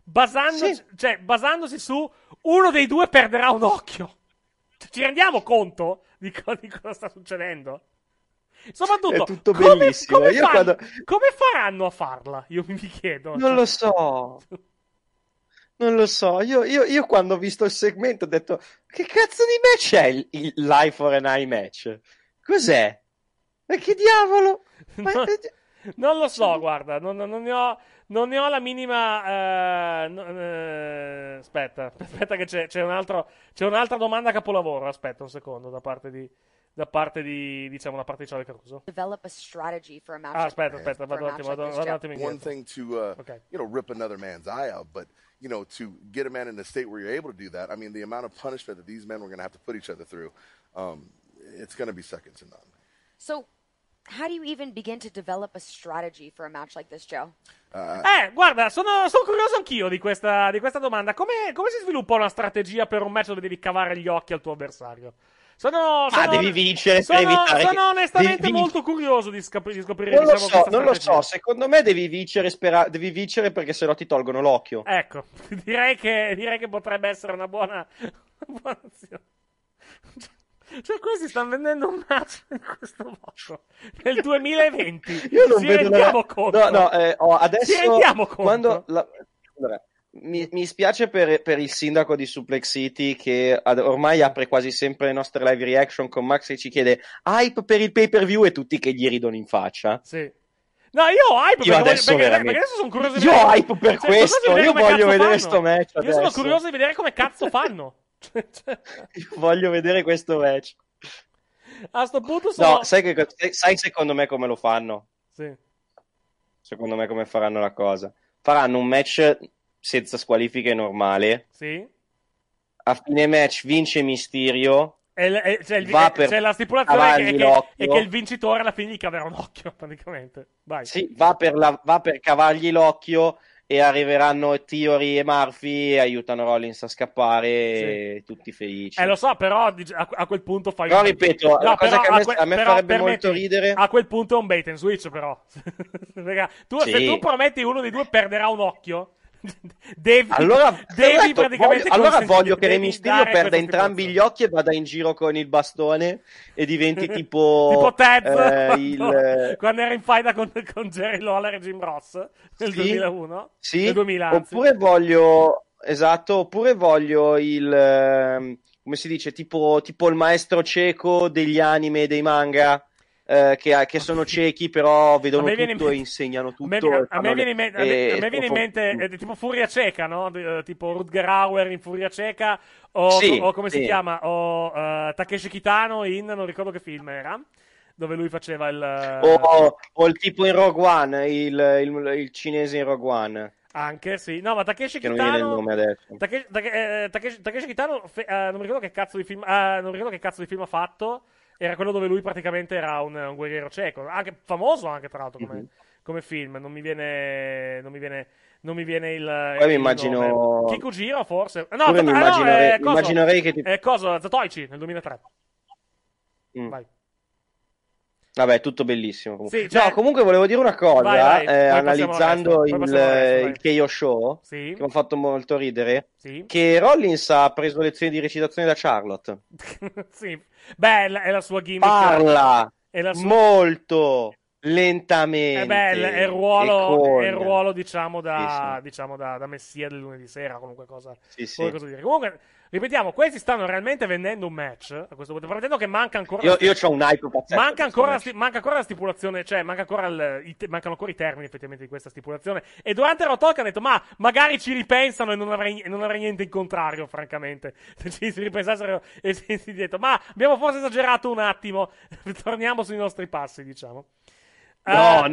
S7: basandosi su uno dei due perderà un occhio. Ci rendiamo conto di cosa sta succedendo? Soprattutto,
S8: è tutto bellissimo.
S7: Come faranno a farla? Io mi chiedo.
S8: Non lo so. Io quando ho visto il segmento ho detto: che cazzo di match è il Live for an Eye match? Cos'è? Ma che diavolo?
S7: Non lo so, guarda, non ne ho la minima. Aspetta che c'è un'altra domanda capolavoro. Aspetta un secondo da parte di diciamo da parte di Charlie Caruso.
S9: Develop a strategy for a match.
S7: Aspetta, vado un attimo.
S10: One thing to rip another man's eye out, but to get a man in a state where you're able to do that. I mean, the amount of punishment that these men were going to have to put each other through, it's going to be second to none.
S9: So, how do you even begin to develop a strategy for a match like this, Joe?
S7: Guarda, sono curioso anch'io di questa domanda. Come si sviluppa una strategia per un match dove devi cavare gli occhi al tuo avversario?
S8: devi vincere per evitare.
S7: Sono onestamente molto curioso di scoprire.
S8: Non lo so, non lo so. Secondo me devi vincere perché sennò ti tolgono l'occhio.
S7: Ecco, direi che potrebbe essere una buona azione. Cioè, questi stanno vendendo un match in questo modo nel 2020.
S8: Io non
S7: Ci
S8: vedo
S7: rendiamo conto?
S8: Adesso
S7: Ci rendiamo conto?
S8: Allora, mi spiace per il sindaco di Suplex City che ormai apre quasi sempre le nostre live reaction con Max e ci chiede hype per il pay-per-view e tutti che gli ridono in faccia.
S7: Sì. No, io ho hype perché adesso sono curioso di vedere.
S8: Io ho hype per questo, io voglio vedere sto match adesso.
S7: Io sono curioso di vedere come cazzo fanno.
S8: Io voglio vedere questo match.
S7: A sto punto sono...
S8: No, sai secondo me come lo fanno?
S7: Sì.
S8: Secondo me come faranno la cosa? Faranno un match senza squalifiche normale.
S7: Sì.
S8: A fine match vince Mysterio.
S7: C'è la stipulazione che il vincitore alla fine gli caverà un occhio, praticamente. Vai.
S8: Sì, va per cavargli l'occhio e arriveranno Theory e Murphy e aiutano Rollins a scappare e tutti felici.
S7: Lo so, però a quel punto fai...
S8: Però ripeto, la cosa che a me farebbe molto ridere...
S7: A quel punto è un bait and switch, però. Se tu prometti uno dei due perderà un occhio...
S8: Allora voglio che Rey Mysterio perda entrambi gli occhi e vada in giro con il bastone e diventi tipo
S7: Tez quando era in faida con Jerry Lawler e Jim Ross nel 2001
S8: sì,
S7: nel 2000
S8: oppure voglio il come si dice tipo il maestro cieco degli anime e dei manga che sono ciechi però vedono tutto e insegnano tutto.
S7: A me viene in mente tipo Furia Cieca, no? Tipo Rutger Hauer in Furia Cieca o come si chiama? O Takeshi Kitano in non ricordo che film era, dove lui faceva il...
S8: O il tipo in Rogue One, il cinese in Rogue One.
S7: Anche, sì. No, ma Takeshi
S8: Kitano...
S7: Che
S8: non mi viene il nome adesso.
S7: Takeshi Kitano, non mi ricordo che cazzo di film... non ricordo che cazzo di film ha fatto. Era quello dove lui praticamente era un guerriero cieco, anche famoso anche tra l'altro come film. Non mi viene il
S8: poi mi immagino
S7: nome. Kikujiro forse. No,
S8: immaginerei che
S7: cosa? Zatoichi nel 2003. Vai.
S8: Vabbè, tutto bellissimo comunque.
S7: Sì,
S8: no, comunque volevo dire una cosa,
S7: vai.
S8: analizzando il KO Show,
S7: sì,
S8: che mi ha fatto molto ridere,
S7: sì,
S8: che Rollins ha preso lezioni di recitazione da Charlotte.
S7: Sì. Beh, è la sua gimmick.
S8: Parla molto lentamente.
S7: È il ruolo diciamo da messia del lunedì sera, comunque cosa. Sì. Dire. Comunque, ripetiamo, questi stanno realmente vendendo un match a questo punto. Pretendo che manca ancora.
S8: Io c'ho un hype pazzesco.
S7: Manca ancora la stipulazione, cioè mancano ancora i termini effettivamente di questa stipulazione. E durante Raw Talk ha detto: ma magari ci ripensano e non avrei niente in contrario, francamente. Se ci ripensassero e si è detto: ma abbiamo forse esagerato un attimo. Torniamo sui nostri passi, diciamo.
S8: No,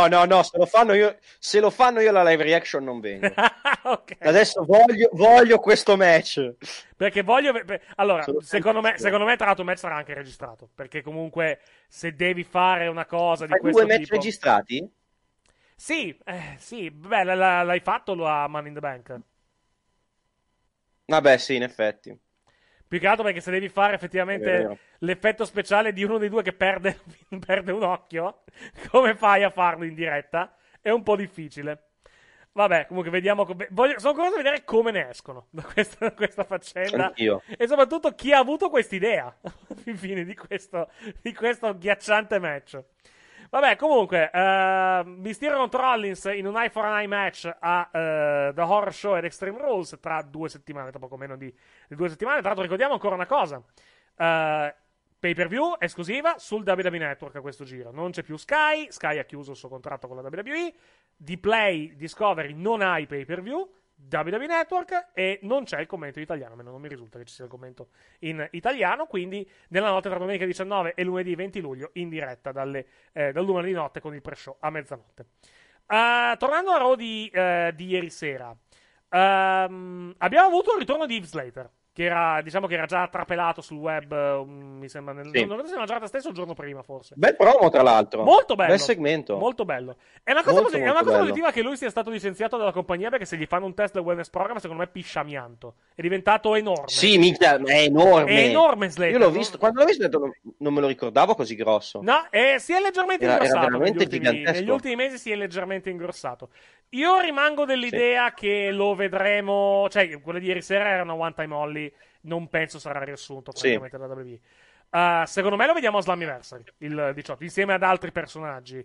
S8: se lo fanno io alla live reaction non vengo.
S7: Okay.
S8: Adesso voglio questo match.
S7: Perché allora, secondo me tra l'altro il match sarà anche registrato, perché comunque se devi fare una cosa di questo tipo...
S8: 2 match registrati?
S7: Sì, beh, l'hai fatto a Money in the Bank.
S8: Vabbè, sì, in effetti.
S7: Più che altro perché se devi fare effettivamente l'effetto speciale di uno dei due che perde un occhio, come fai a farlo in diretta? È un po' difficile. Vabbè, comunque vediamo. Sono curioso di vedere come ne escono da questa faccenda.
S8: Anch'io.
S7: E soprattutto chi ha avuto quest'idea alla fine di questo agghiacciante match. Vabbè, comunque, Mysterio contro Rollins in un eye for an eye match a The Horror Show ed Extreme Rules tra 2 settimane, tra poco meno di 2 settimane. Tra l'altro ricordiamo ancora una cosa. Pay-per-view esclusiva sul WWE Network a questo giro. Non c'è più Sky ha chiuso il suo contratto con la WWE. Dplay Discovery non ha i pay-per-view. WWE Network e non c'è il commento in italiano, almeno non mi risulta che ci sia il commento in italiano, quindi nella notte tra domenica 19 e lunedì 20 luglio in diretta dal lunedì notte con il pre-show a mezzanotte. Tornando a Raw di ieri sera, abbiamo avuto il ritorno di Heath Slater diciamo che era già trapelato sul web, mi sembra, non credo sia una giornata stessa o il giorno prima, forse.
S8: Bel promo, tra l'altro.
S7: Molto bello.
S8: Bel segmento.
S7: Molto bello. È una cosa, positiva che lui sia stato licenziato dalla compagnia, perché se gli fanno un test del wellness program, secondo me piscia amianto. È diventato enorme.
S8: Sì, minchia, è enorme.
S7: È enorme Slater.
S8: Io l'ho visto, quando l'ho visto ho detto, non me lo ricordavo così grosso.
S7: No, si è leggermente ingrossato.
S8: Era veramente gigantesco.
S7: Negli ultimi mesi si è leggermente ingrossato. Io rimango dell'idea che lo vedremo, cioè, quella di ieri sera era una one time only. Non penso sarà riassunto praticamente da WWE. Secondo me lo vediamo a Slammiversary il 18, insieme ad altri personaggi.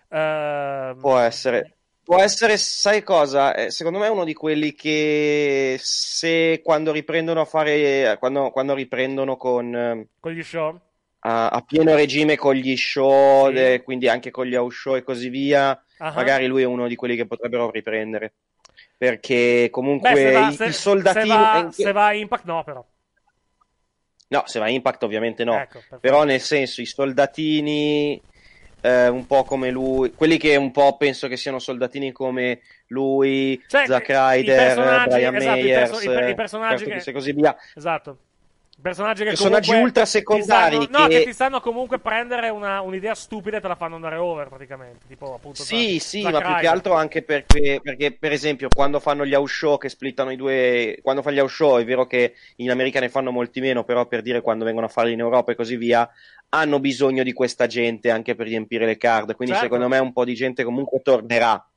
S8: Può essere, sai cosa? Secondo me è uno di quelli che quando riprendono a fare, quando riprendono con
S7: gli show?
S8: A pieno regime con gli show, quindi anche con gli house show e così via, magari lui è uno di quelli che potrebbero riprendere. Perché comunque i soldatini...
S7: Se va a Impact no, però.
S8: No, se va a Impact ovviamente no.
S7: Ecco,
S8: però nel senso, i soldatini un po' come lui, quelli che un po' penso che siano soldatini come lui,
S7: cioè,
S8: Zack Ryder, Brian Meyers,
S7: i personaggi
S8: e così via.
S7: Esatto. Personaggi
S8: ultra secondari
S7: che ti sanno comunque prendere un'idea stupida e te la fanno andare over praticamente, tipo appunto
S8: sì, ma più che altro anche perché per esempio quando fanno gli house show che splittano i due, quando fanno gli house show è vero che in America ne fanno molti meno, però per dire quando vengono a farli in Europa e così via hanno bisogno di questa gente anche per riempire le card, quindi secondo me un po' di gente comunque tornerà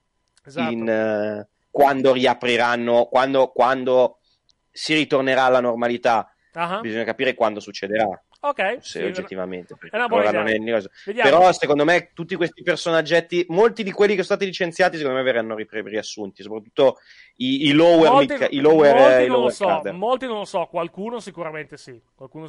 S8: quando riapriranno, quando si ritornerà alla normalità. Bisogna capire quando succederà. Oggettivamente
S7: è una buona idea.
S8: Però secondo me tutti questi personaggetti, molti di quelli che sono stati licenziati secondo me verranno riassunti, soprattutto i lower
S7: molti non lo so, qualcuno sicuramente sì,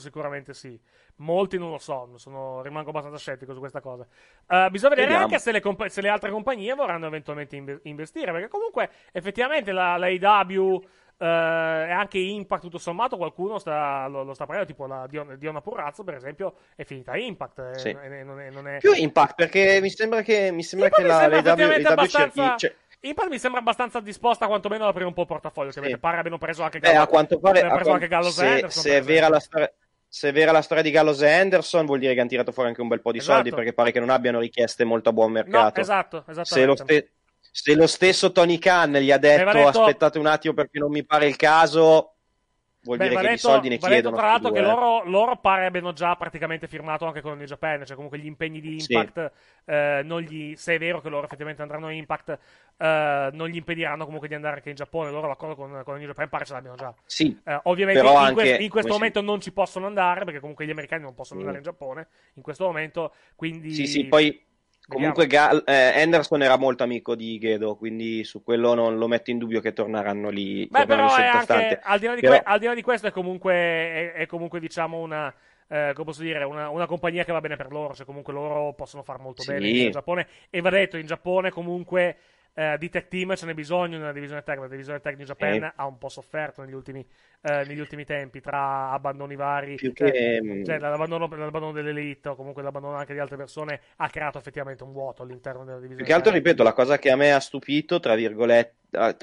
S7: molti non lo so, rimango abbastanza scettico su questa cosa. Bisogna vedere anche se le altre compagnie vorranno eventualmente investire, perché comunque effettivamente la AEW e anche Impact tutto sommato qualcuno lo sta prendendo, tipo la Diona Purrazzo per esempio è finita Impact non è...
S8: più Impact, perché mi sembra che la
S7: abbastanza... Impact mi sembra abbastanza disposta quantomeno ad aprire un po' il portafoglio, che pare abbiano preso anche
S8: a quanto pare
S7: anche Gallows e Anderson,
S8: se è vera la storia di Gallows e Anderson vuol dire che hanno tirato fuori anche un bel po' di soldi, perché pare che non abbiano richieste molto a buon mercato.
S7: Esattamente.
S8: Se lo stesso Tony Khan gli ha detto aspettate un attimo perché non mi pare il caso, vuol dire che i soldi ne chiedono.
S7: Tra l'altro che loro pare abbiano già praticamente firmato anche con New Japan, cioè comunque gli impegni di Impact se è vero che loro effettivamente andranno in Impact non gli impediranno comunque di andare anche in Giappone. Loro l'accordo con New Japan pare ce l'abbiano già. Ovviamente in questo momento non ci possono andare, perché comunque gli americani non possono andare in Giappone in questo momento, quindi
S8: poi comunque Anderson era molto amico di Gedo, quindi su quello non lo metto in dubbio che torneranno lì.
S7: Però è anche, al di là di questo è comunque diciamo una come posso dire, una compagnia che va bene per loro, cioè comunque loro possono far molto bene in Giappone, e va detto, in Giappone comunque di tech team ce n'è bisogno nella divisione tech. La divisione tech New Japan ha un po' sofferto negli ultimi tempi, tra abbandoni vari, l'abbandono dell'elite o comunque l'abbandono anche di altre persone ha creato effettivamente un vuoto all'interno della divisione.
S8: Più che altro, ripeto, la cosa che a me ha stupito, tra virgolette,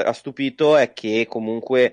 S8: è che comunque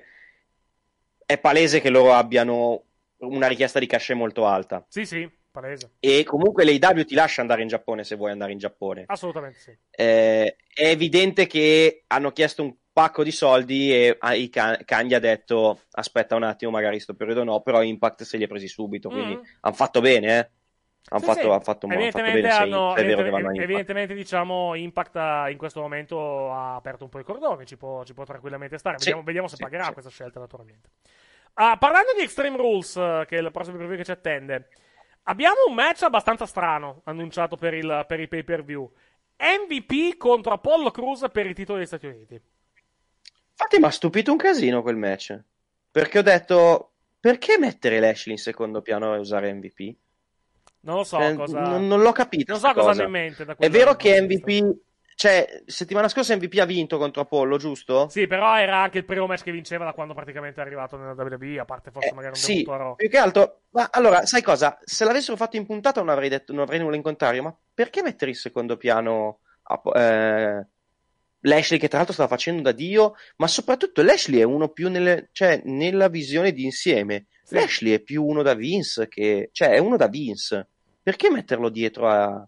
S8: è palese che loro abbiano una richiesta di cachet molto alta.
S7: Sì, palese.
S8: E comunque l'AEW ti lascia andare in Giappone se vuoi andare in Giappone.
S7: Assolutamente sì.
S8: È evidente che hanno chiesto un pacco di soldi e Khan gli ha detto aspetta un attimo, magari sto periodo no, però Impact se li ha presi subito, quindi hanno fatto bene, hanno fatto bene, se è vero che vanno a Impact.
S7: Evidentemente diciamo Impact in questo momento ha aperto un po' i cordoni, ci può tranquillamente stare, vediamo se pagherà questa scelta naturalmente. Parlando di Extreme Rules, che è il prossimo preview che ci attende, abbiamo un match abbastanza strano annunciato per i pay-per-view. MVP contro Apollo Crews per il titolo degli Stati Uniti.
S8: Infatti mi ha stupito un casino quel match, perché ho detto perché mettere Lashley in secondo piano e usare MVP?
S7: Non lo so
S8: non l'ho capito.
S7: Non so cosa hanno in mente da
S8: è vero che MVP, cioè settimana scorsa MVP ha vinto contro Apollo, giusto?
S7: Sì, però era anche il primo match che vinceva da quando praticamente è arrivato nella WWE, a parte forse magari un debutto a Raw.
S8: Più che altro, ma allora sai cosa? Se l'avessero fatto in puntata non avrei nulla in contrario, ma perché mettere in secondo piano Lashley che tra l'altro stava facendo da Dio, ma soprattutto Lashley è uno più nella visione di insieme. Sì. Lashley è più uno da Vince è uno da Vince. Perché metterlo dietro a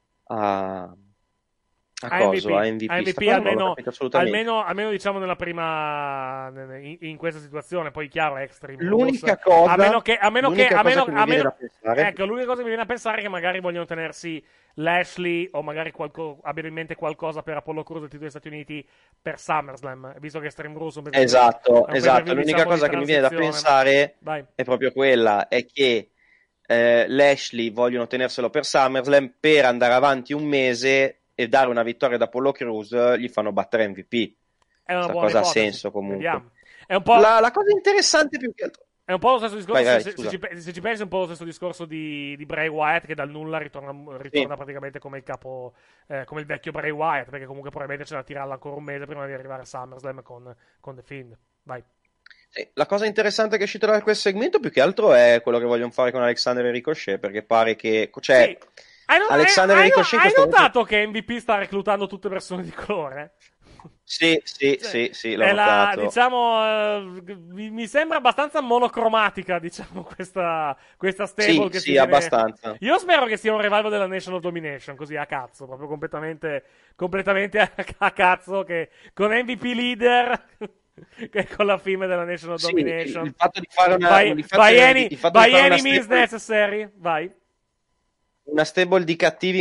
S8: MVP
S7: almeno diciamo nella prima in questa situazione. Poi chiaro, Extreme
S8: l'unica cosa
S7: l'unica cosa che mi viene a pensare è che magari vogliono tenersi Lashley o magari abbiano in mente qualcosa per Apollo Crews del titolo degli Stati Uniti per SummerSlam, visto che Extreme Rules
S8: esatto l'unica cosa che mi viene da pensare è proprio quella, è che Lashley vogliono tenerselo per SummerSlam per andare avanti un mese e dare una vittoria ad Apollo Crews, gli fanno battere MVP. Questa cosa ha senso comunque.
S7: È un po'
S8: la cosa interessante più che altro.
S7: È un po' lo stesso discorso, se ci pensi, è un po' lo stesso discorso di Bray Wyatt, che dal nulla ritorna praticamente come il capo, come il vecchio Bray Wyatt, perché comunque probabilmente c'è da tirarla ancora un mese prima di arrivare a SummerSlam con The Fiend. Vai.
S8: Sì, la cosa interessante che è uscita da quel segmento più che altro è quello che vogliono fare con Alexander e Ricochet, perché pare che Alexander e Ricochet
S7: hai notato che MVP sta reclutando tutte persone di colore?
S8: Sì, l'ho notato.
S7: Diciamo, mi sembra abbastanza monocromatica, diciamo, questa stable che
S8: sì, abbastanza.
S7: Io spero che sia un revival della National Domination, così a cazzo, proprio completamente a cazzo, che con MVP leader che con la firma della National Domination.
S8: Il fatto di fare
S7: by any means necessary, vai.
S8: Una stable di cattivi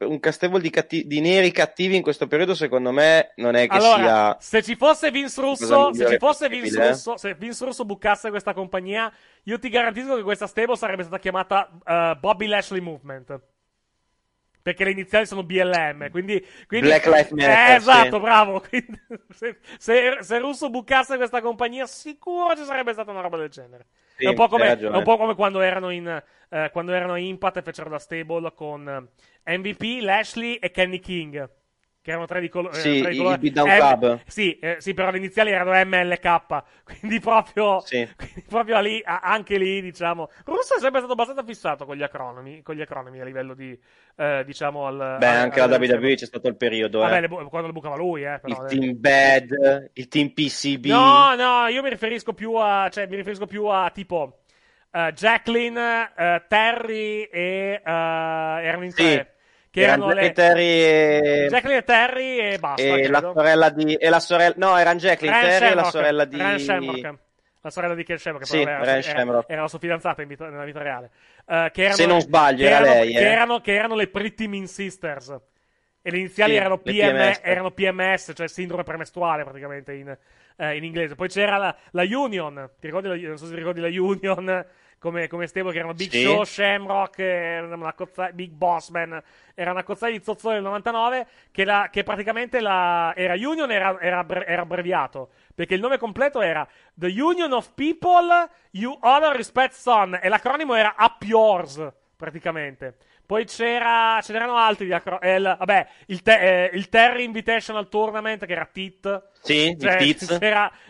S8: di neri cattivi in questo periodo, secondo me non è che sia.
S7: Se ci fosse Vince Russo, se Vince Russo bucasse questa compagnia, io ti garantisco che questa stable sarebbe stata chiamata Bobby Lashley Movement. Perché le iniziali sono BLM, quindi
S8: Black Lives Matter.
S7: Esatto, sì. Bravo. Quindi, se Russo bucasse questa compagnia, sicuro ci sarebbe stata una roba del genere.
S8: Sì,
S7: è un po' come quando erano in Impact e fecero la stable con MVP, Lashley e Kenny King, che erano tre di colore.
S8: Sì, il Beatdown Club.
S7: Sì, però le iniziali erano MLK, quindi proprio lì, anche lì, diciamo, Russo è sempre stato abbastanza fissato con gli acronimi a livello di, diciamo,
S8: anche la WWE c'è stato il periodo,
S7: quando lo bucava lui, però,
S8: il Team Bad, il Team PCB.
S7: No, io mi riferisco più a tipo Jacqueline, Terry e erano in tre. Che erano Jacqueline e Terry e basta.
S8: La sorella no, erano Jacqueline, Terry e la sorella di
S7: Ren Shamrock. La sorella di Ken Shamrock, che era la sua fidanzata nella vita reale.
S8: Se non sbaglio, era lei.
S7: Che erano le Pretty Mean Sisters. E le iniziali erano PMS, cioè sindrome premestruale praticamente in inglese. Poi c'era la Union. Non so se ti ricordi la Union. Come stable, che erano Big Show, Shamrock, Big Boss Man, era una cozzaglia di zozzone del 99 che praticamente era Union, era abbreviato, perché il nome completo era The Union of People You Honor Respect Son, e l'acronimo era Up Yours, praticamente. Poi c'erano altri di il Terry Invitational Tournament, che era TIT.
S8: Sì, il TIT.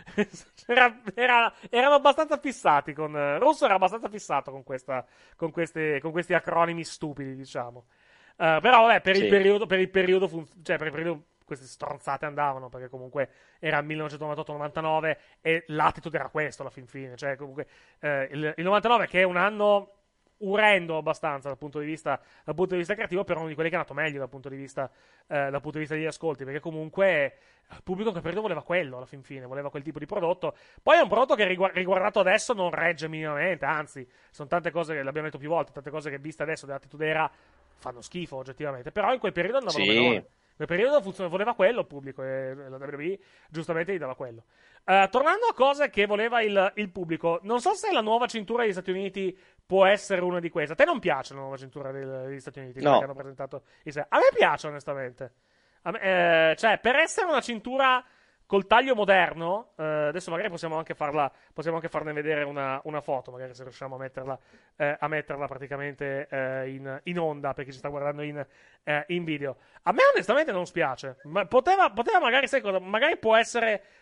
S7: Erano abbastanza fissati Rosso era abbastanza fissato con questi acronimi stupidi, diciamo. Però vabbè, per il periodo queste stronzate andavano, perché comunque era il 1998-99 e l'attitude era questo alla fin fine. Cioè, comunque il 99, che è un anno urendo abbastanza dal punto di vista creativo, però uno di quelli che è andato meglio dal punto di vista degli ascolti, perché comunque il pubblico che periodo voleva quello alla fin fine, voleva quel tipo di prodotto. Poi è un prodotto che riguardato adesso non regge minimamente, anzi, sono tante cose che l'abbiamo detto più volte, tante cose che viste adesso dell'attitude era fanno schifo oggettivamente, però in quel periodo andavano benone. In quel periodo voleva quello il pubblico, e la WWE giustamente gli dava quello. Tornando a cose che voleva il pubblico, non so se la nuova cintura degli Stati Uniti può essere una di queste. A te non piace la nuova cintura degli Stati Uniti?
S8: No.
S7: Che hanno presentato a me piace, onestamente. Cioè, per essere una cintura col taglio moderno, adesso magari possiamo anche farne vedere una foto, magari se riusciamo a metterla praticamente in onda per chi ci sta guardando in video. A me onestamente non spiace, ma poteva magari, sai cosa, magari può essere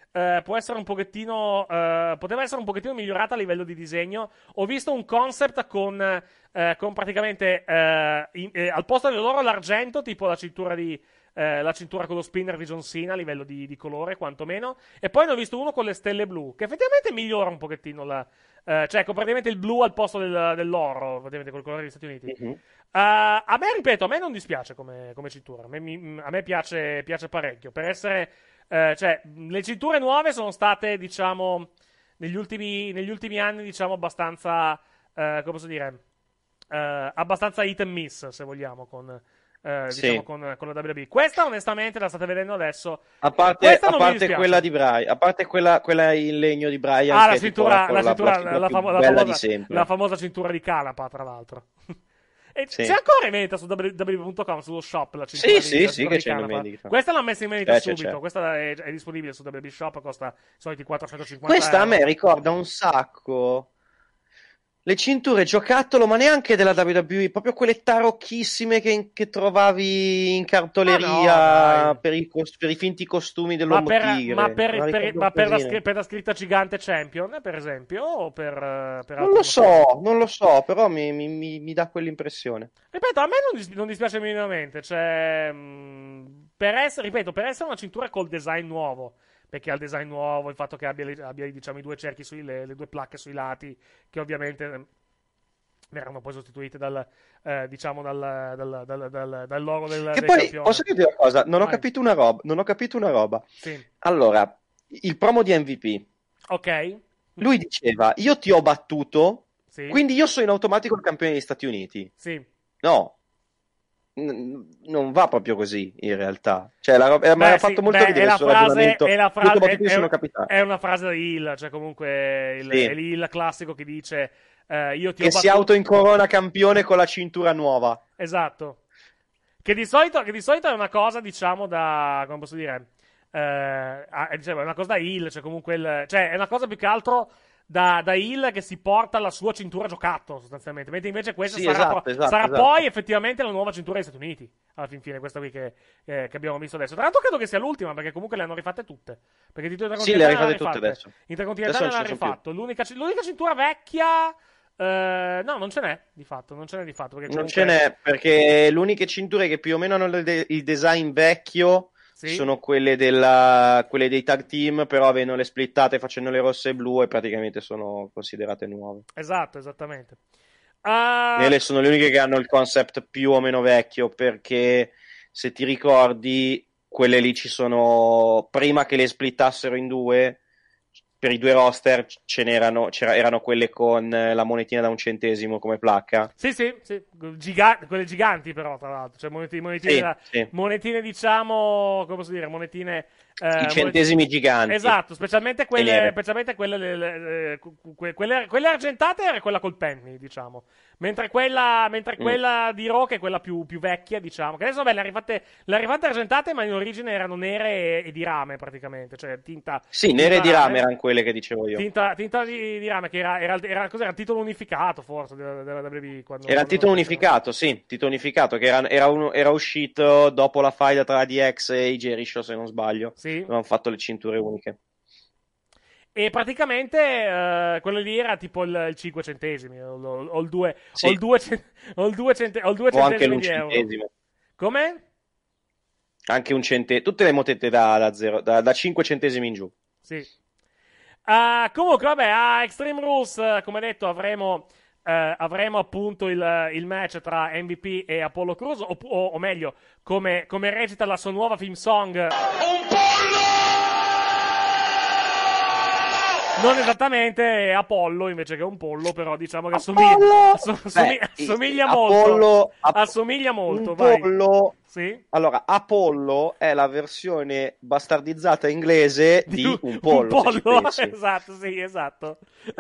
S7: può essere un pochettino poteva essere un pochettino migliorata a livello di disegno. Ho visto un concept con praticamente al posto dell'oro l'argento, tipo la cintura con lo spinner di John Cena a livello di colore, quantomeno. E poi ne ho visto uno con le stelle blu, che effettivamente migliora un pochettino cioè, con praticamente il blu al posto dell'oro, praticamente col colore degli Stati Uniti. A me, ripeto, a me non dispiace come cintura. A me piace parecchio. Per essere... cioè, le cinture nuove sono state, diciamo, negli ultimi anni, diciamo, abbastanza... come posso dire... abbastanza hit and miss, se vogliamo, diciamo con la WWE. Questa onestamente la state vedendo adesso.
S8: A parte quella di Brian, a parte quella in legno di Brian,
S7: la famosa cintura di canapa, tra l'altro. E c'è ancora in vendita su www.com, sullo shop, la cintura
S8: sì, che
S7: di
S8: c'è in
S7: canapa.
S8: vendita.
S7: Questa l'hanno messa in vendita subito.
S8: C'è.
S7: Questa è disponibile su WWE Shop, costa i soliti 450
S8: Questa
S7: euro.
S8: a me ricorda un sacco le cinture giocattolo, ma neanche della WWE, proprio quelle tarocchissime che trovavi in cartoleria per i finti costumi dell'uomo tigre.
S7: Ma per la scritta gigante Champion, per esempio, o per
S8: non lo so, però mi dà quell'impressione.
S7: Ripeto, a me non dispiace minimamente, cioè, per essere una cintura col design nuovo, perché ha il design nuovo, il fatto che abbia diciamo, i due cerchi le due placche sui lati, che ovviamente verranno poi sostituite dal logo del
S8: Che poi,
S7: campione.
S8: posso dirti una cosa? Non ho capito una roba.
S7: Sì.
S8: Allora, il promo di MVP.
S7: Ok.
S8: Lui diceva, io ti ho battuto,
S7: sì.
S8: Quindi io sono in automatico il campione degli Stati Uniti.
S7: Sì.
S8: No. Non va proprio così in realtà, cioè mi ha fatto molto ridere il suo ragionamento.
S7: È una frase da heel, cioè comunque è l'heel classico che dice io ti ho battuto,
S8: si autoincorona campione con la cintura nuova.
S7: Esatto, che di solito è una cosa, diciamo, da, come posso dire, è una cosa da heel, cioè comunque cioè è una cosa più che altro da heel che si porta la sua cintura giocattolo sostanzialmente, mentre invece questa sarà poi effettivamente la nuova cintura degli Stati Uniti alla fin fine, questa qui che abbiamo visto adesso. Tra l'altro credo che sia l'ultima, perché comunque le hanno rifatte tutte, perché di
S8: le ha rifatte tutte adesso.
S7: Intercontinentale l'hanno rifatto, l'unica cintura vecchia no, non ce n'è di fatto, perché comunque...
S8: non ce n'è, perché le uniche cinture che più o meno hanno il design vecchio sono quelle dei tag team, però avendo le splittate facendo le rosse e blu e praticamente sono considerate nuove.
S7: Esatto, esattamente.
S8: Quelle sono le uniche che hanno il concept più o meno vecchio, perché se ti ricordi quelle lì ci sono, prima che le splittassero in due, per i due roster erano quelle con la monetina da 1 centesimo come placca.
S7: Sì. Quelle giganti però, tra l'altro. Cioè monetine, diciamo, come posso dire, monetine...
S8: I centesimi giganti.
S7: Esatto, specialmente quelle argentate era quella col penny, diciamo. Mentre quella di Raw, che è quella più vecchia, diciamo. Che adesso, vabbè, le ha rifatte argentate, ma in origine erano nere e di rame, praticamente. Cioè, tinta.
S8: Sì, nere e di rame erano quelle che dicevo io.
S7: Tinta di rame, che era cos'era? Un titolo unificato, forse, della WWE.
S8: Era un titolo unificato, sì. Titolo unificato, che era uscito dopo la faida tra DX e i Jericho, se non sbaglio.
S7: Sì.
S8: Avevano fatto le cinture uniche.
S7: E praticamente quello lì era tipo il 5 centesimi o il 2
S8: o anche l'1 centesimo.
S7: Come?
S8: Anche un centesimo. Tutte le monete da 5 centesimi in giù.
S7: Sì. Comunque, vabbè, a Extreme Rules, come detto, avremo appunto il match tra MVP e Apollo Crews, o meglio, come recita la sua nuova theme song. Un pollo! Non esattamente Apollo invece che un pollo, però diciamo che assomiglia molto. Assomiglia molto,
S8: un
S7: vai.
S8: Pollo.
S7: Sì?
S8: Allora, Apollo è la versione bastardizzata inglese di un pollo.
S7: Un pollo, esatto.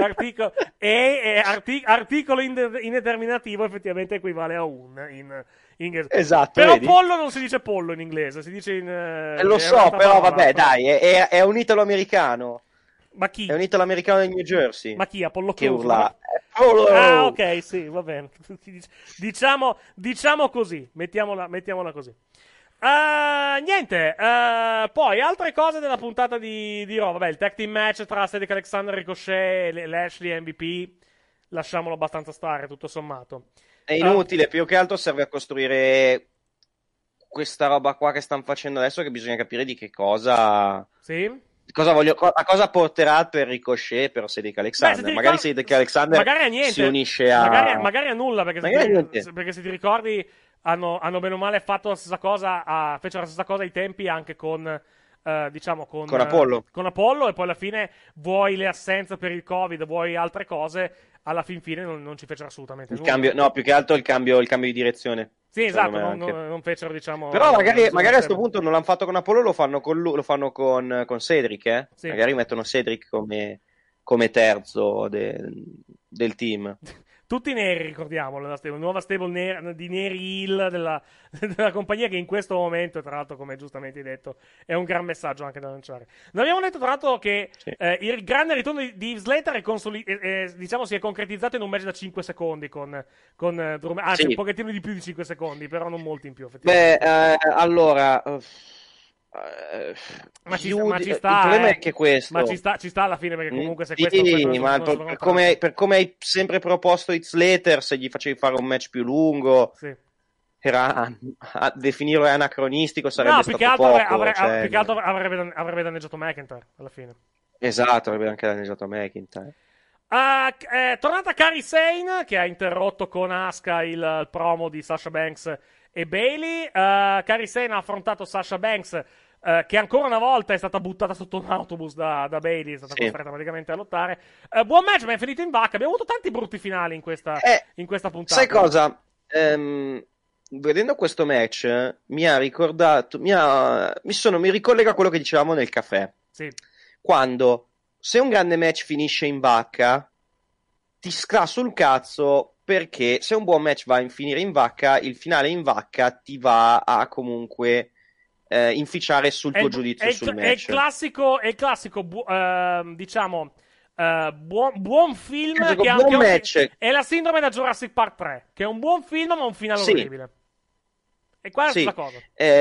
S7: Articolo indeterminativo effettivamente equivale a un in inglese.
S8: Esatto.
S7: Però
S8: vedi?
S7: pollo non si dice pollo in inglese, si dice in...
S8: lo so, però vabbè, dai, è un italo-americano.
S7: Ma chi?
S8: È un italo-americano del New Jersey.
S7: Ma chi? Apollo
S8: che
S7: Crews?
S8: urla.
S7: Ah, ok, sì, va bene. Diciamo così, mettiamola così. Niente, poi altre cose della puntata di Raw. Vabbè, il tag team match tra Cedric Alexander, Ricochet, Lashley e MVP. Lasciamolo abbastanza stare, tutto sommato.
S8: È inutile, più che altro serve a costruire questa roba qua che stanno facendo adesso, che bisogna capire di che cosa...
S7: Sì?
S8: A cosa porterà per Ricochet, per Cedric Alexander?
S7: Beh,
S8: magari Cedric Alexander
S7: magari a niente.
S8: si unisce a...
S7: Magari a nulla, perché se ti ricordi hanno bene o male fatto la stessa cosa, fecero la stessa cosa ai tempi anche con
S8: Apollo.
S7: Con Apollo, e poi alla fine vuoi le assenze per il Covid, vuoi altre cose, alla fin fine non ci fecero assolutamente nulla.
S8: No, più che altro il cambio di direzione.
S7: Sì, esatto, non fecero, diciamo...
S8: Però magari a questo punto non l'hanno fatto con Apollo, lo fanno con Cedric, eh? Sì. Magari mettono Cedric come terzo del team.
S7: Tutti neri, ricordiamolo, la nuova stable di neri heel della compagnia, che in questo momento, tra l'altro, come giustamente hai detto, è un gran messaggio anche da lanciare. Non abbiamo detto, tra l'altro, che sì. Il grande ritorno di Heath Slater diciamo si è concretizzato in un match da 5 secondi con Drew, anzi sì. Un pochettino di più di 5 secondi, però non molti in più, effettivamente.
S8: Allora...
S7: ma ci sta,
S8: il problema è che questo,
S7: ma ci sta alla fine, perché comunque se
S8: sì,
S7: questo
S8: ma per come hai sempre proposto Heath Slater, se gli facevi fare un match più lungo,
S7: sì.
S8: Era a definirlo anacronistico sarebbe stato
S7: più
S8: poco.
S7: Più che altro avrebbe danneggiato McIntyre alla fine.
S8: Esatto, avrebbe anche danneggiato McIntyre.
S7: Tornata Kairi Sane, che ha interrotto con Asuka il promo di Sasha Banks e Bayley. Kairi Sane ha affrontato Sasha Banks, che ancora una volta è stata buttata sotto un autobus da Bayley, è stata costretta praticamente a lottare. Buon match, ma è finito in vacca. Abbiamo avuto tanti brutti finali in questa puntata.
S8: Sai cosa? Vedendo questo match mi ha ricordato, mi ricollega a quello che dicevamo nel caffè.
S7: Sì.
S8: Quando, se un grande match finisce in vacca, ti sta sul cazzo, perché se un buon match va a finire in vacca, il finale in vacca ti va a comunque inficiare sul tuo giudizio sul match.
S7: È il classico diciamo buon film che è la sindrome da Jurassic Park 3, che è un buon film ma un finale orribile. E qua è la stessa cosa.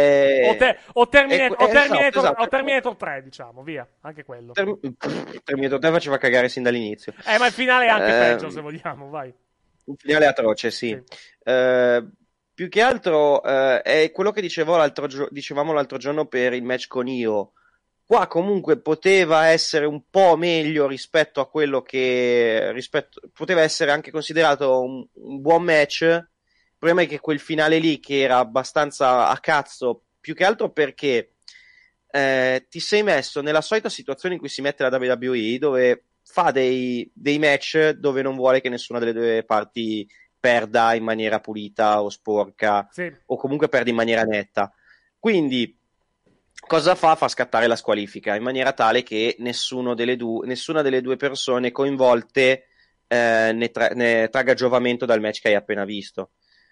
S7: O Terminator 3, diciamo, via, anche quello.
S8: Terminator 3 faceva cagare sin dall'inizio.
S7: Ma il finale è anche peggio, se vogliamo, vai.
S8: Un finale atroce, sì. Più che altro è quello che dicevamo l'altro giorno per il match con Io. Qua comunque poteva essere un po' meglio rispetto a quello che... poteva essere anche considerato un buon match. Il problema è che quel finale lì, che era abbastanza a cazzo, più che altro perché ti sei messo nella solita situazione in cui si mette la WWE, dove fa dei match dove non vuole che nessuna delle due parti perda in maniera pulita o sporca, o comunque perda in maniera netta. Quindi cosa fa? Fa scattare la squalifica in maniera tale che nessuna delle due persone coinvolte ne traga giovamento dal match che hai appena visto.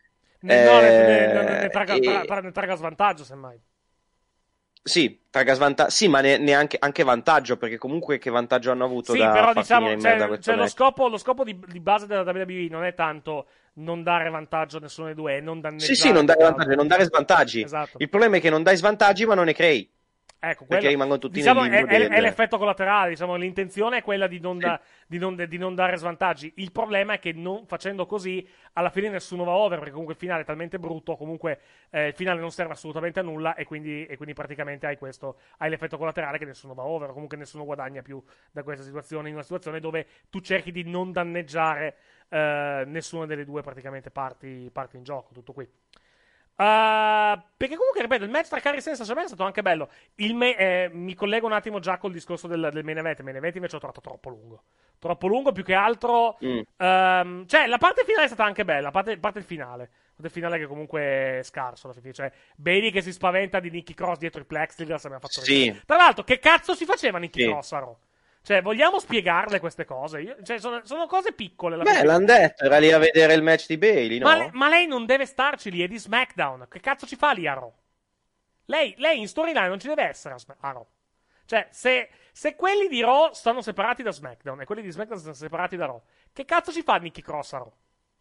S7: Ne traga svantaggio, semmai.
S8: Sì, traga svantaggio. Sì, ma neanche anche vantaggio, perché comunque che vantaggio hanno avuto da
S7: però,
S8: far
S7: diciamo,
S8: finire in merda questo match?
S7: Lo scopo di base della WWE non è tanto non dare vantaggio a nessuno dei due, è non danneggiare.
S8: Sì, non dare vantaggio, non dare svantaggi.
S7: Esatto.
S8: Il problema è che non dai svantaggi, ma non ne crei.
S7: Ecco,
S8: perché rimangono tutti
S7: diciamo,
S8: nel limbo
S7: è l'effetto collaterale, diciamo, l'intenzione è quella di non dare svantaggi. Il problema è che facendo così alla fine nessuno va over, perché comunque il finale è talmente brutto, comunque il finale non serve assolutamente a nulla, e quindi praticamente hai l'effetto collaterale che nessuno va over, comunque nessuno guadagna più da questa situazione, in una situazione dove tu cerchi di non danneggiare nessuna delle due praticamente parti in gioco, tutto qui. Perché comunque, ripeto, il match tra Kairi Sane e Sasha Banks è stato anche bello. Mi collego un attimo già col discorso del main event. Il main event invece l'ho trovato troppo lungo, più che altro cioè la parte finale è stata anche bella, parte il finale che comunque è scarso alla fine. Cioè Bayley che si spaventa di Nikki Cross dietro il plexiglass, mi ha fatto ridere. Tra l'altro, che cazzo si faceva Nikki Cross a Raw? Cioè, vogliamo spiegarle queste cose? Sono cose piccole.
S8: L'hanno detto, era lì a vedere il match di Bayley, no?
S7: Ma lei non deve starci lì, è di SmackDown. Che cazzo ci fa lì a Raw? Lei in storyline non ci deve essere a Raw. Cioè, se quelli di Raw stanno separati da SmackDown e quelli di SmackDown stanno separati da Raw, che cazzo ci fa Nikki Cross a Raw?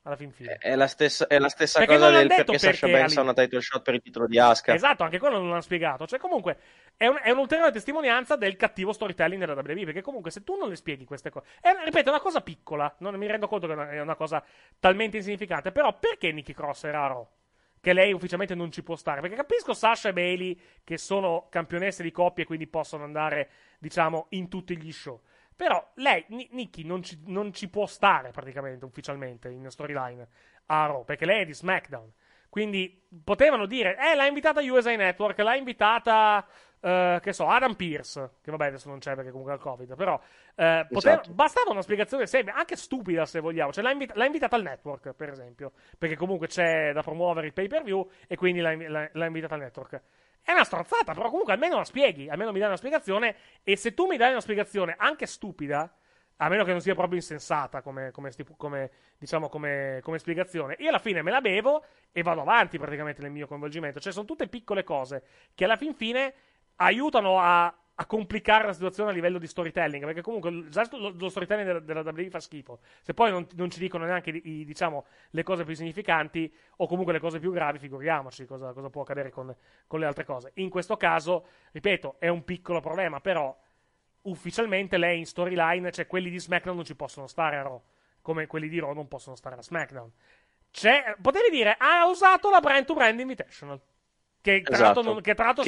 S7: alla fin fine.
S8: È la stessa
S7: Perché
S8: cosa
S7: non
S8: del
S7: l'hanno detto
S8: perché Sasha Banks ha una title shot per il titolo di Asuka.
S7: Esatto, anche quello non l'hanno spiegato. Cioè, comunque, è un'ulteriore testimonianza del cattivo storytelling della WWE. Perché, comunque, se tu non le spieghi queste cose, ripeto, è una cosa piccola. Non mi rendo conto che è una cosa talmente insignificante. Però, perché Nikki Cross era a Raw? Che lei ufficialmente non ci può stare. Perché capisco Sasha e Bayley, che sono campionesse di coppie, e quindi possono andare, diciamo, in tutti gli show. Però lei, Nikki, non ci può stare praticamente ufficialmente in storyline a Raw, perché lei è di SmackDown. Quindi potevano dire, l'ha invitata USA Network, l'ha invitata, che so, Adam Pearce, che vabbè adesso non c'è perché comunque ha il Covid, però esatto. Bastava una spiegazione semplice, anche stupida se vogliamo, cioè l'ha invitata al network, per esempio, perché comunque c'è da promuovere il pay-per-view e quindi l'ha invitata al network. È una stronzata, però comunque almeno la spieghi, almeno mi dai una spiegazione, e se tu mi dai una spiegazione anche stupida, a meno che non sia proprio insensata come spiegazione, io alla fine me la bevo e vado avanti praticamente nel mio coinvolgimento. Cioè sono tutte piccole cose che alla fin fine aiutano a complicare la situazione a livello di storytelling, perché comunque già lo storytelling della WWE fa schifo. Se poi non ci dicono neanche diciamo le cose più significanti o comunque le cose più gravi, figuriamoci cosa può accadere con le altre cose. In questo caso, ripeto, è un piccolo problema, però ufficialmente lei in storyline, cioè quelli di SmackDown non ci possono stare a Raw, come quelli di Raw non possono stare a SmackDown. Potevi dire, ha usato la brand to brand invitational, che tra l'altro non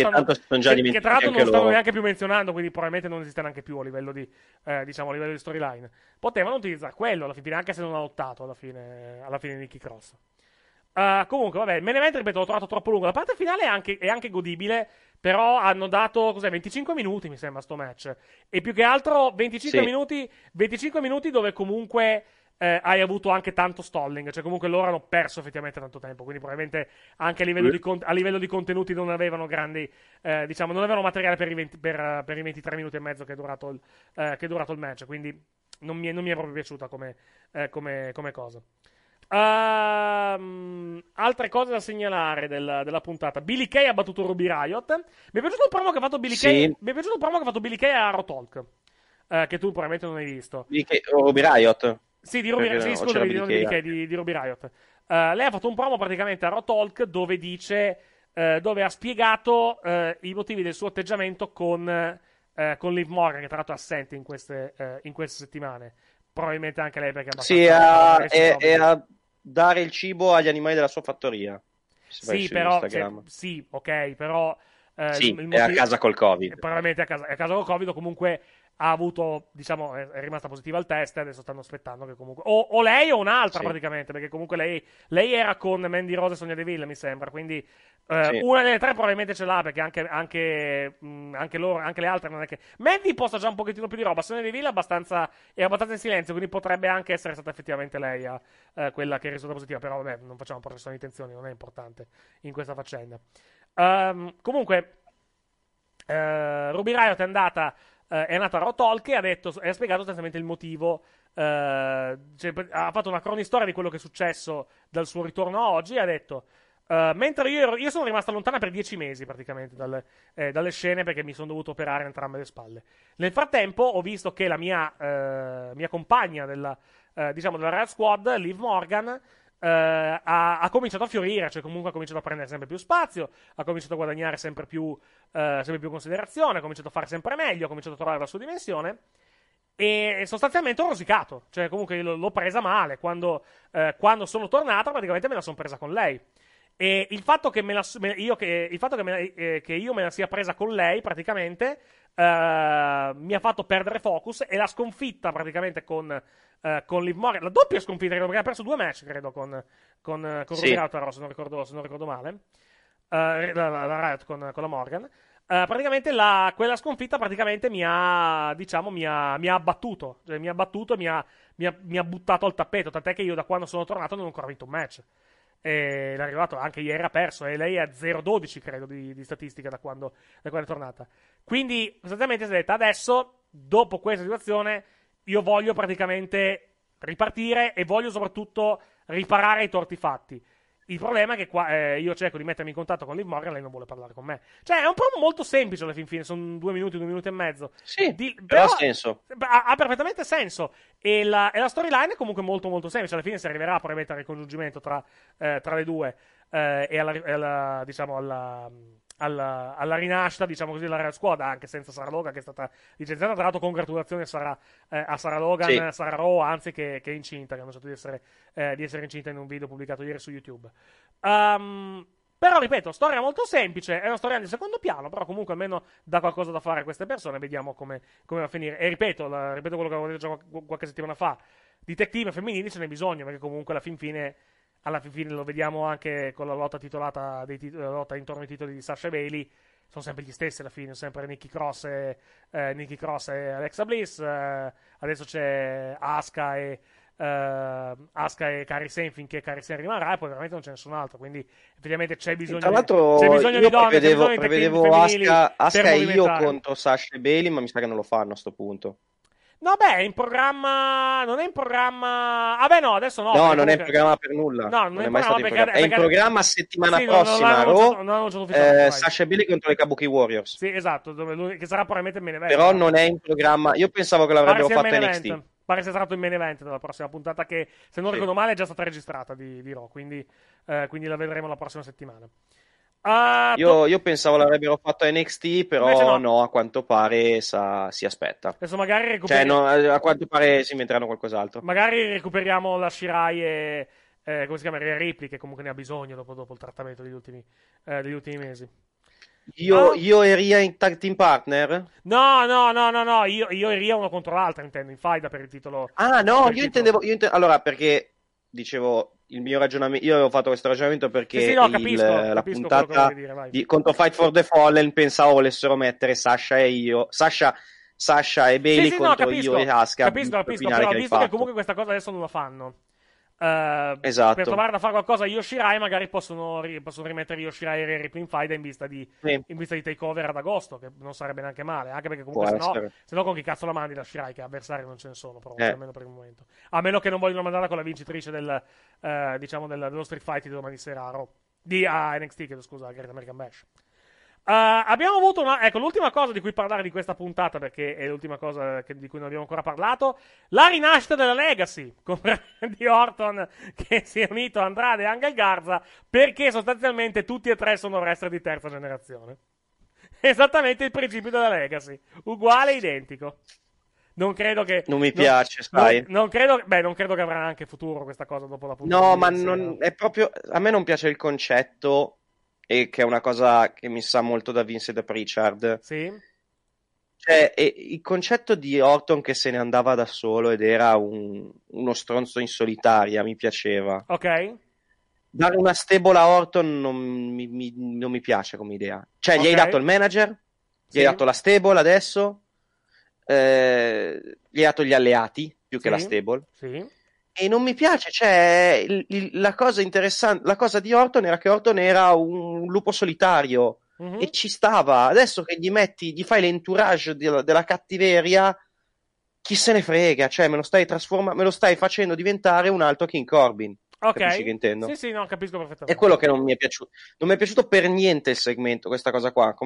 S7: stanno neanche più menzionando, quindi probabilmente non esiste neanche più a livello di storyline. Potevano utilizzare quello alla fine, anche se non ha lottato alla fine Nikki Cross. Comunque, vabbè, me ne vento, ripeto, l'ho trovato troppo lungo. La parte finale è anche godibile, però hanno dato, 25 minuti, mi sembra, sto match. E più che altro 25 minuti dove comunque hai avuto anche tanto stalling. Cioè, comunque loro hanno perso effettivamente tanto tempo. Quindi probabilmente anche a livello di contenuti non avevano grandi, non avevano materiale per i 23 minuti e mezzo che è durato il match. Quindi non mi è proprio piaciuta come cosa. Altre cose da segnalare della puntata. Billy Kay ha battuto Ruby Riott. Mi è piaciuto il promo che ha fatto Billy Kay. Mi è piaciuto il promo che ha fatto Billy Kay a Raw Talk, che tu probabilmente non hai visto.
S8: Ruby Riott.
S7: Sì, di Ruby Riott. Lei ha fatto un promo praticamente a Raw Talk dove dice, dove ha spiegato i motivi del suo atteggiamento con Liv Morgan, che tra l'altro è assente in queste settimane. Probabilmente anche lei perché è
S8: a dare il cibo agli animali della sua fattoria.
S7: Sì, però sì, ok, però
S8: è a casa col Covid.
S7: Probabilmente è a casa col Covid, o comunque ha avuto, è rimasta positiva al test e adesso stanno aspettando che comunque o lei o un'altra praticamente, perché comunque lei era con Mandy Rose e Sonia Deville, mi sembra, quindi una delle tre probabilmente ce l'ha, perché anche loro, anche le altre non è che Mandy posta già un pochettino più di roba, Sonia Deville è abbastanza in silenzio, quindi potrebbe anche essere stata effettivamente lei quella che è risultata positiva, però vabbè, non facciamo professione di intenzioni, non è importante in questa faccenda. Comunque Ruby Riott è andata a Raw Talk e ha spiegato sostanzialmente il motivo, ha fatto una cronistoria di quello che è successo dal suo ritorno a oggi, e ha detto mentre io sono rimasta lontana per 10 mesi praticamente dalle scene, perché mi sono dovuto operare entrambe le spalle. Nel frattempo ho visto che la mia compagna della Riot Squad, Liv Morgan, ha cominciato a fiorire, cioè comunque ha cominciato a prendere sempre più spazio, ha cominciato a guadagnare sempre più considerazione, ha cominciato a fare sempre meglio, ha cominciato a trovare la sua dimensione, e sostanzialmente ho rosicato, cioè comunque l'ho presa male. Quando sono tornata praticamente me la sono presa con lei, e il fatto che io me la sia presa con lei praticamente mi ha fatto perdere focus, e la sconfitta praticamente con Liv Morgan, la doppia sconfitta, credo, perché ha perso 2 match credo con Ruby Riott, se non ricordo male, la Riot con la Morgan. Praticamente quella sconfitta praticamente mi ha abbattuto, cioè mi ha buttato al tappeto, tant'è che io da quando sono tornato non ho ancora vinto un match. E l'è arrivato anche ieri, ha perso, e lei è a 0-12 credo di statistica da quando è tornata. Quindi sostanzialmente si è detta, adesso dopo questa situazione io voglio praticamente ripartire e voglio soprattutto riparare i torti fatti. Il problema è che qua io cerco di mettermi in contatto con Liv Morgan e lei non vuole parlare con me. Cioè, è un promo molto semplice alla fin fine, sono 2 minuti e mezzo.
S8: Sì,
S7: però
S8: però ha senso.
S7: Ha perfettamente senso. E la storyline è comunque molto molto semplice. Alla fine si arriverà probabilmente al ricongiungimento tra le due e alla rinascita, diciamo così, della Real Squad, anche senza Sarah Logan, che è stata licenziata. Tra l'altro, congratulazioni a Sarah Logan,
S8: Sì.
S7: Sarah Rowe, anzi, che è incinta, che hanno detto di essere incinta in un video pubblicato ieri su YouTube. Però, ripeto, storia molto semplice, è una storia di secondo piano, però comunque almeno dà qualcosa da fare a queste persone, vediamo come va a finire. E ripeto quello che avevo detto già qualche settimana fa, di tech team femminili ce n'è bisogno, perché comunque alla fin fine lo vediamo anche con la lotta titolata la lotta intorno ai titoli di Sasha e Bailey. Sono sempre gli stessi alla fine, sempre Nikki Cross e Alexa Bliss. Adesso c'è Asuka e Kairi Sane, finché Kairi Sane rimarrà, e poi veramente non c'è nessun altro. Quindi effettivamente c'è bisogno,
S8: Tra l'altro,
S7: c'è bisogno di donne,
S8: prevedevo Asuka e io contro Sasha e Bailey, ma mi sa che non lo fanno a sto punto.
S7: No, beh, è in programma. Non è in programma. Ah, beh, no, adesso no.
S8: No, non è in programma per nulla.
S7: No, non
S8: è mai stato in programma. È in programma settimana
S7: sì,
S8: prossima. Sasha e Bailey contro i Kabuki Warriors.
S7: Sì, esatto. Che sarà probabilmente il main event.
S8: Però non è in programma. Io pensavo che l'avrebbero fatto NXT.
S7: Pare sia stato il main event della prossima puntata, che se non ricordo male è già stata registrata di Raw. Quindi la vedremo la prossima settimana.
S8: Io pensavo l'avrebbero fatto a NXT, però no, a quanto pare si aspetta.
S7: Adesso magari recuperiamo.
S8: Cioè, no, a quanto pare si inventeranno qualcos'altro.
S7: Magari recuperiamo la Shirai e come si chiama? Rhea Ripley, che comunque ne ha bisogno dopo il trattamento degli ultimi mesi.
S8: Io e Rhea in tag team partner?
S7: No. Io e Rhea uno contro l'altra, intendo, in faida per il titolo.
S8: Ah, no, io intendevo. Allora, perché dicevo. Il mio ragionamento, io avevo fatto questo ragionamento perché la puntata contro Fight for the Fallen pensavo volessero mettere Sasha e Bailey contro io e Asuka.
S7: Capisco, però visto che comunque questa cosa adesso non la fanno.
S8: Esatto.
S7: Per provare a fare qualcosa io Shirai, magari possono rimettere io Shirai e Ripley in faida in vista di takeover ad agosto, che non sarebbe neanche male, anche perché comunque se no con chi cazzo la mandi la Shirai, che avversari non ce ne sono proprio, almeno per il momento, a meno che non vogliono mandarla con la vincitrice dello Street Fight di domani sera a NXT, chiedo scusa, Great American Bash. Abbiamo avuto l'ultima cosa di cui parlare di questa puntata, perché è l'ultima cosa di cui non abbiamo ancora parlato, la rinascita della Legacy con Randy Orton che si è unito a Andrade e Angel Garza, perché sostanzialmente tutti e tre sono wrestler di terza generazione. Esattamente il principio della Legacy, uguale e identico. Non credo che
S8: non mi piace, sai.
S7: Non credo che avrà anche futuro questa cosa dopo la puntata.
S8: No, ma non è proprio, a me non piace il concetto, e che è una cosa che mi sa molto da Vincent Pritchard.
S7: Sì.
S8: Cioè, il concetto di Orton che se ne andava da solo ed era uno stronzo in solitaria mi piaceva.
S7: Ok.
S8: Dare una stable a Orton non mi piace come idea. Cioè, gli hai dato il manager, gli hai dato la stable adesso, gli hai dato gli alleati più che la stable.
S7: Sì.
S8: E non mi piace, cioè la cosa interessante, la cosa di Orton era che Orton era un lupo solitario e ci stava. Adesso che gli fai l'entourage della cattiveria, chi se ne frega, cioè me lo stai facendo diventare un altro King Corbin.
S7: Ok.
S8: Capisci che intendo?
S7: Sì, no, capisco perfettamente.
S8: È quello che non mi è piaciuto. Non mi è piaciuto per niente il segmento, questa cosa qua.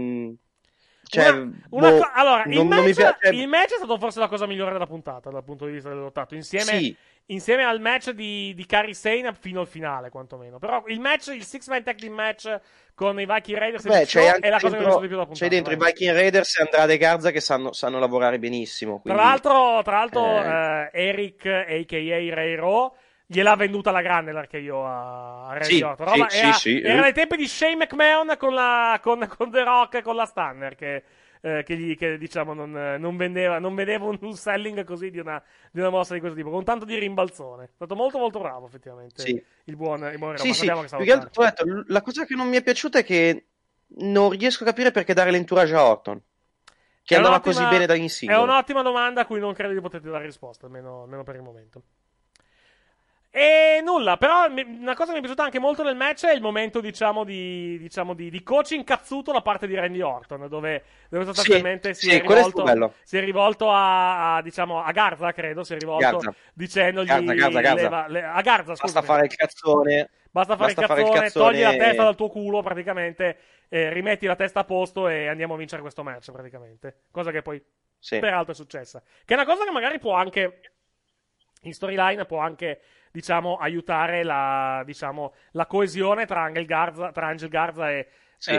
S7: Allora, il match è stato forse la cosa migliore della puntata dal punto di vista del lottato, insieme al match di Kairi Sane fino al finale, quantomeno. Però il Six-Man Tag Team match con i Viking Raiders è la cosa che mi è piaciuta di più della puntata.
S8: C'è dentro i Viking Raiders e Andrade e Garza che sanno lavorare benissimo. Quindi,
S7: tra l'altro Eric, a.k.a. Ray Raw, gliel'ha venduta alla grande l'RKO a Randy Orton. Era nei tempi di Shane McMahon con The Rock e con la Stunner che diciamo non vedeva un selling così di una mossa di questo tipo, con tanto di rimbalzone. È stato molto molto bravo effettivamente il buon Roma.
S8: La cosa che non mi è piaciuta è che non riesco a capire perché dare l'entourage a Orton, che andava così bene da in singolo.
S7: È un'ottima domanda a cui non credo di poter dare risposta, almeno per il momento. E nulla, però una cosa che mi è piaciuta anche molto nel match è il momento, diciamo, di coaching cazzuto da parte di Randy Orton, dove sostanzialmente si è rivolto a Garza, credo, si è rivolto dicendogli
S8: Garza.
S7: a Garza, scusa.
S8: Basta fare il cazzone.
S7: Basta fare il cazzone, togli la testa dal tuo culo, praticamente, rimetti la testa a posto e andiamo a vincere questo match, praticamente. Cosa che poi, peraltro, è successa. Che è una cosa che magari può anche, in storyline, può anche, diciamo, aiutare la coesione tra Angel Garza e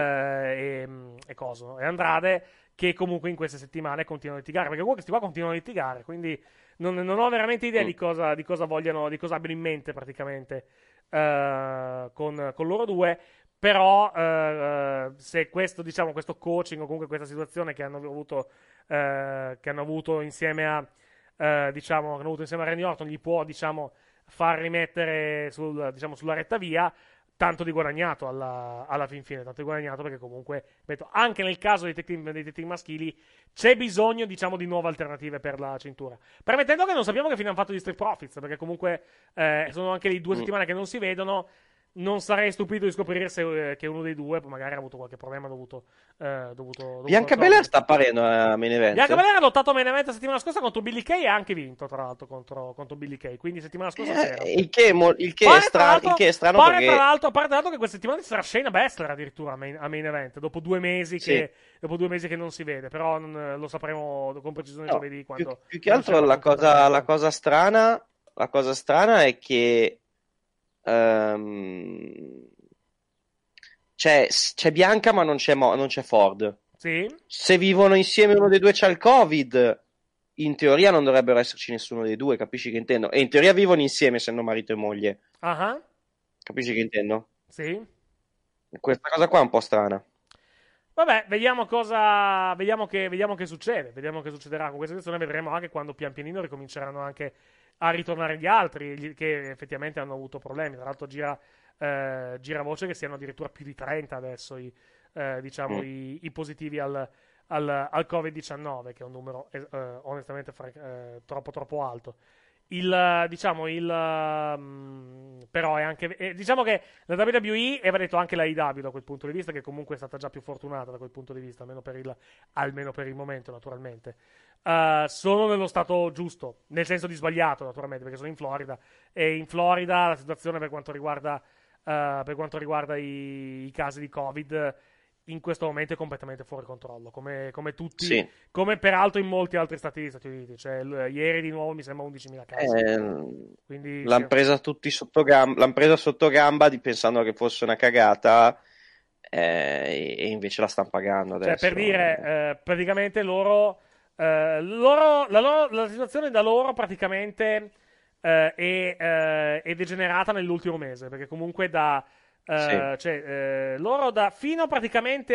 S7: Andrade, che comunque in queste settimane continuano a litigare, perché questi qua continuano a litigare, quindi non ho veramente idea di cosa abbiano in mente praticamente con loro due. Però se questo, diciamo, questo coaching o comunque questa situazione che hanno avuto insieme a Randy Orton gli può, diciamo, far rimettere sulla retta via, tanto di guadagnato alla fin fine, tanto di guadagnato, perché comunque, ripeto, anche nel caso dei team maschili c'è bisogno, diciamo, di nuove alternative per la cintura. Permettendo che non sappiamo che fine hanno fatto gli Street Profits, perché comunque sono anche lì 2 settimane che non si vedono. Non sarei stupito di scoprire che uno dei due magari ha avuto qualche problema dovuto
S8: Bianca Belair sta apparendo a main event.
S7: Bianca Belair ha lottato a main event la settimana scorsa contro Billie Kay e ha anche vinto, tra l'altro, contro Billie Kay. Quindi settimana scorsa c'era.
S8: Il che è strano
S7: pare
S8: perché...
S7: tra l'altro che questa settimana ci sarà Shayna Baszler addirittura a main event dopo 2 mesi che non si vede, però lo sapremo con precisione giovedì.
S8: Più che altro la cosa strana è che c'è Bianca ma non c'è Ford.
S7: Sì.
S8: Se vivono insieme uno dei due c'ha il Covid, in teoria non dovrebbero esserci nessuno dei due, capisci che intendo? E in teoria vivono insieme essendo marito e moglie. Capisci che intendo?
S7: Sì.
S8: Questa cosa qua è un po' strana.
S7: Vabbè, vediamo che succede. Vediamo che succederà con questa situazione. Vedremo anche quando pian pianino ricominceranno anche a ritornare gli altri che effettivamente hanno avuto problemi. Tra l'altro gira voce che siano addirittura più di 30 adesso i positivi al Covid-19, che è un numero onestamente troppo alto. Però è anche diciamo che la WWE, e va detto anche la AEW da quel punto di vista, che comunque è stata già più fortunata da quel punto di vista, almeno per il momento, naturalmente, sono nello stato giusto, nel senso di sbagliato, naturalmente, perché sono in Florida, e in Florida la situazione per quanto riguarda i casi di Covid in questo momento è completamente fuori controllo, come tutti, come peraltro in molti altri stati degli Stati Uniti. Cioè, ieri di nuovo mi sembra 11.000 casi. Quindi,
S8: l'hanno presa tutti sotto gamba pensando che fosse una cagata, e invece la stanno pagando adesso.
S7: Cioè, per dire, praticamente la situazione da loro praticamente è degenerata nell'ultimo mese, perché comunque loro fino praticamente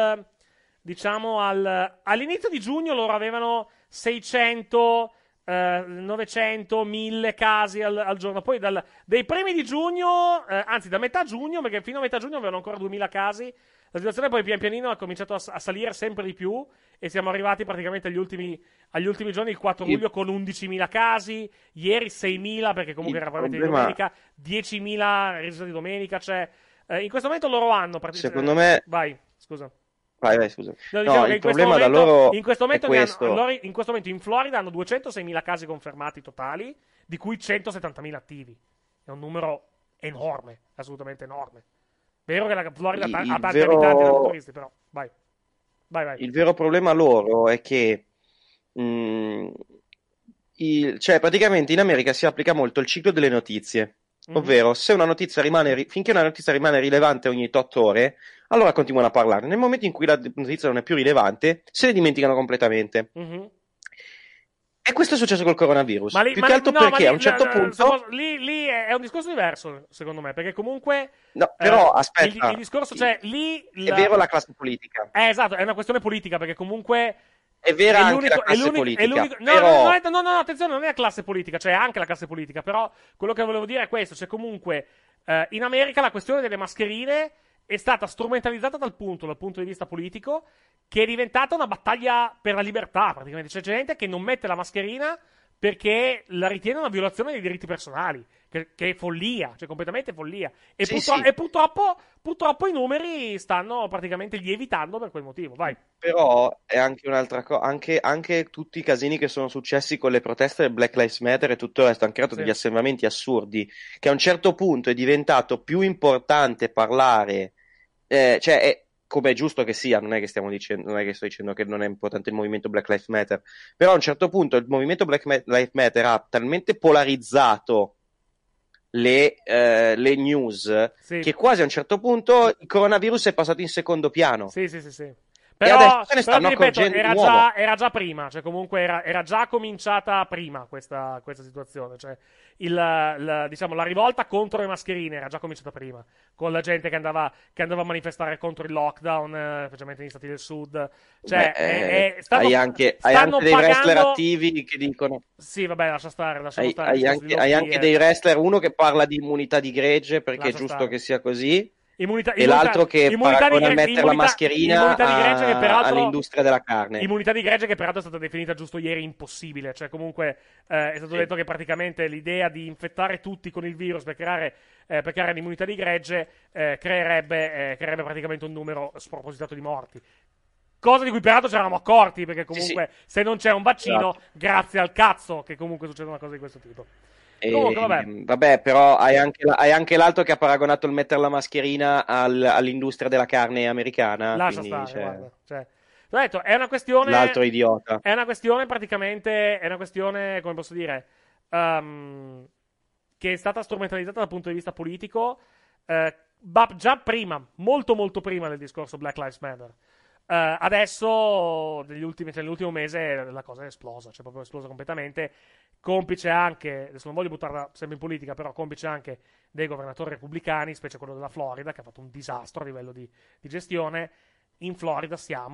S7: all'inizio di giugno loro avevano 600, 900, 1000 casi al giorno. Poi dai primi di giugno, anzi da metà giugno, perché fino a metà giugno avevano ancora 2000 casi. La situazione poi pian pianino ha cominciato a salire sempre di più, e siamo arrivati praticamente agli ultimi giorni, il 4 luglio, con 11.000 casi, ieri 6.000, perché comunque era probabilmente di domenica, 10.000 risultati di domenica. Cioè, in questo momento loro hanno
S8: secondo me...
S7: Vai, scusa.
S8: Vai, scusa.
S7: No,
S8: il problema da loro
S7: in questo momento
S8: è questo.
S7: In questo momento in Florida hanno 206.000 casi confermati totali, di cui 170.000 attivi. È un numero enorme, assolutamente enorme. Vero che la Florida ha tanti abitanti, tanti turisti, però vai.
S8: Il vero problema loro è che praticamente in America si applica molto il ciclo delle notizie, ovvero se una notizia finché una notizia rimane rilevante ogni 8 ore, allora continuano a parlare. Nel momento in cui la notizia non è più rilevante, se ne dimenticano completamente. E questo è successo col coronavirus. Più che altro perché a un certo punto...
S7: Lì è un discorso diverso, secondo me, perché comunque...
S8: No, però aspetta.
S7: Il discorso, cioè, lì...
S8: È vero la classe politica.
S7: Esatto, è una questione politica, perché comunque...
S8: È vera anche la classe politica.
S7: No, attenzione, non è la classe politica, cioè anche la classe politica, però quello che volevo dire è questo, cioè comunque in America la questione delle mascherine è stata strumentalizzata dal punto di vista politico, che è diventata una battaglia per la libertà, praticamente. C'è gente che non mette la mascherina perché la ritiene una violazione dei diritti personali, che è follia, cioè completamente follia. E, e purtroppo i numeri stanno praticamente lievitando per quel motivo. Vai.
S8: Però è anche un'altra cosa, anche tutti i casini che sono successi con le proteste del Black Lives Matter e tutto il resto, hanno creato degli assembramenti assurdi, che a un certo punto è diventato più importante parlare, come è giusto che sia, non è che sto dicendo che non è importante il movimento Black Lives Matter, però a un certo punto il movimento Black Lives Matter ha talmente polarizzato le news che quasi a un certo punto il coronavirus è passato in secondo piano.
S7: Sì. Però,
S8: e adesso se ne stanno accorgendo
S7: era già prima, cioè comunque era già cominciata prima questa situazione, cioè diciamo la rivolta contro le mascherine era già cominciata prima, con la gente che andava a manifestare contro il lockdown, specialmente negli stati del sud. Cioè,
S8: hai anche dei wrestler attivi che dicono.
S7: Sì, vabbè, lascia stare.
S8: Hai anche dei wrestler, uno che parla di immunità di gregge perché è giusto che sia così. E l'altro che paragona a mettere la mascherina all'industria della carne.
S7: Immunità di gregge che peraltro è stata definita giusto ieri impossibile. Cioè comunque è stato detto che praticamente l'idea di infettare tutti con il virus per creare l'immunità di gregge creerebbe praticamente un numero spropositato di morti. Cosa di cui peraltro ci eravamo accorti, perché comunque se non c'è un vaccino, grazie al cazzo che comunque succede una cosa di questo tipo.
S8: Vabbè, però hai anche l'altro che ha paragonato il mettere la mascherina all'industria della carne americana.
S7: Lascia
S8: quindi,
S7: stare, guarda. Cioè, l'ho detto, è una questione.
S8: L'altro idiota.
S7: È una questione praticamente. È una questione, come posso dire, che è stata strumentalizzata dal punto di vista politico. Già prima, molto molto prima del discorso Black Lives Matter. Adesso, nell'ultimo mese, la cosa è esplosa, cioè proprio esplosa completamente. Complice anche, adesso non voglio buttarla sempre in politica, però complice anche dei governatori repubblicani, specie quello della Florida, che ha fatto un disastro a livello di gestione. In Florida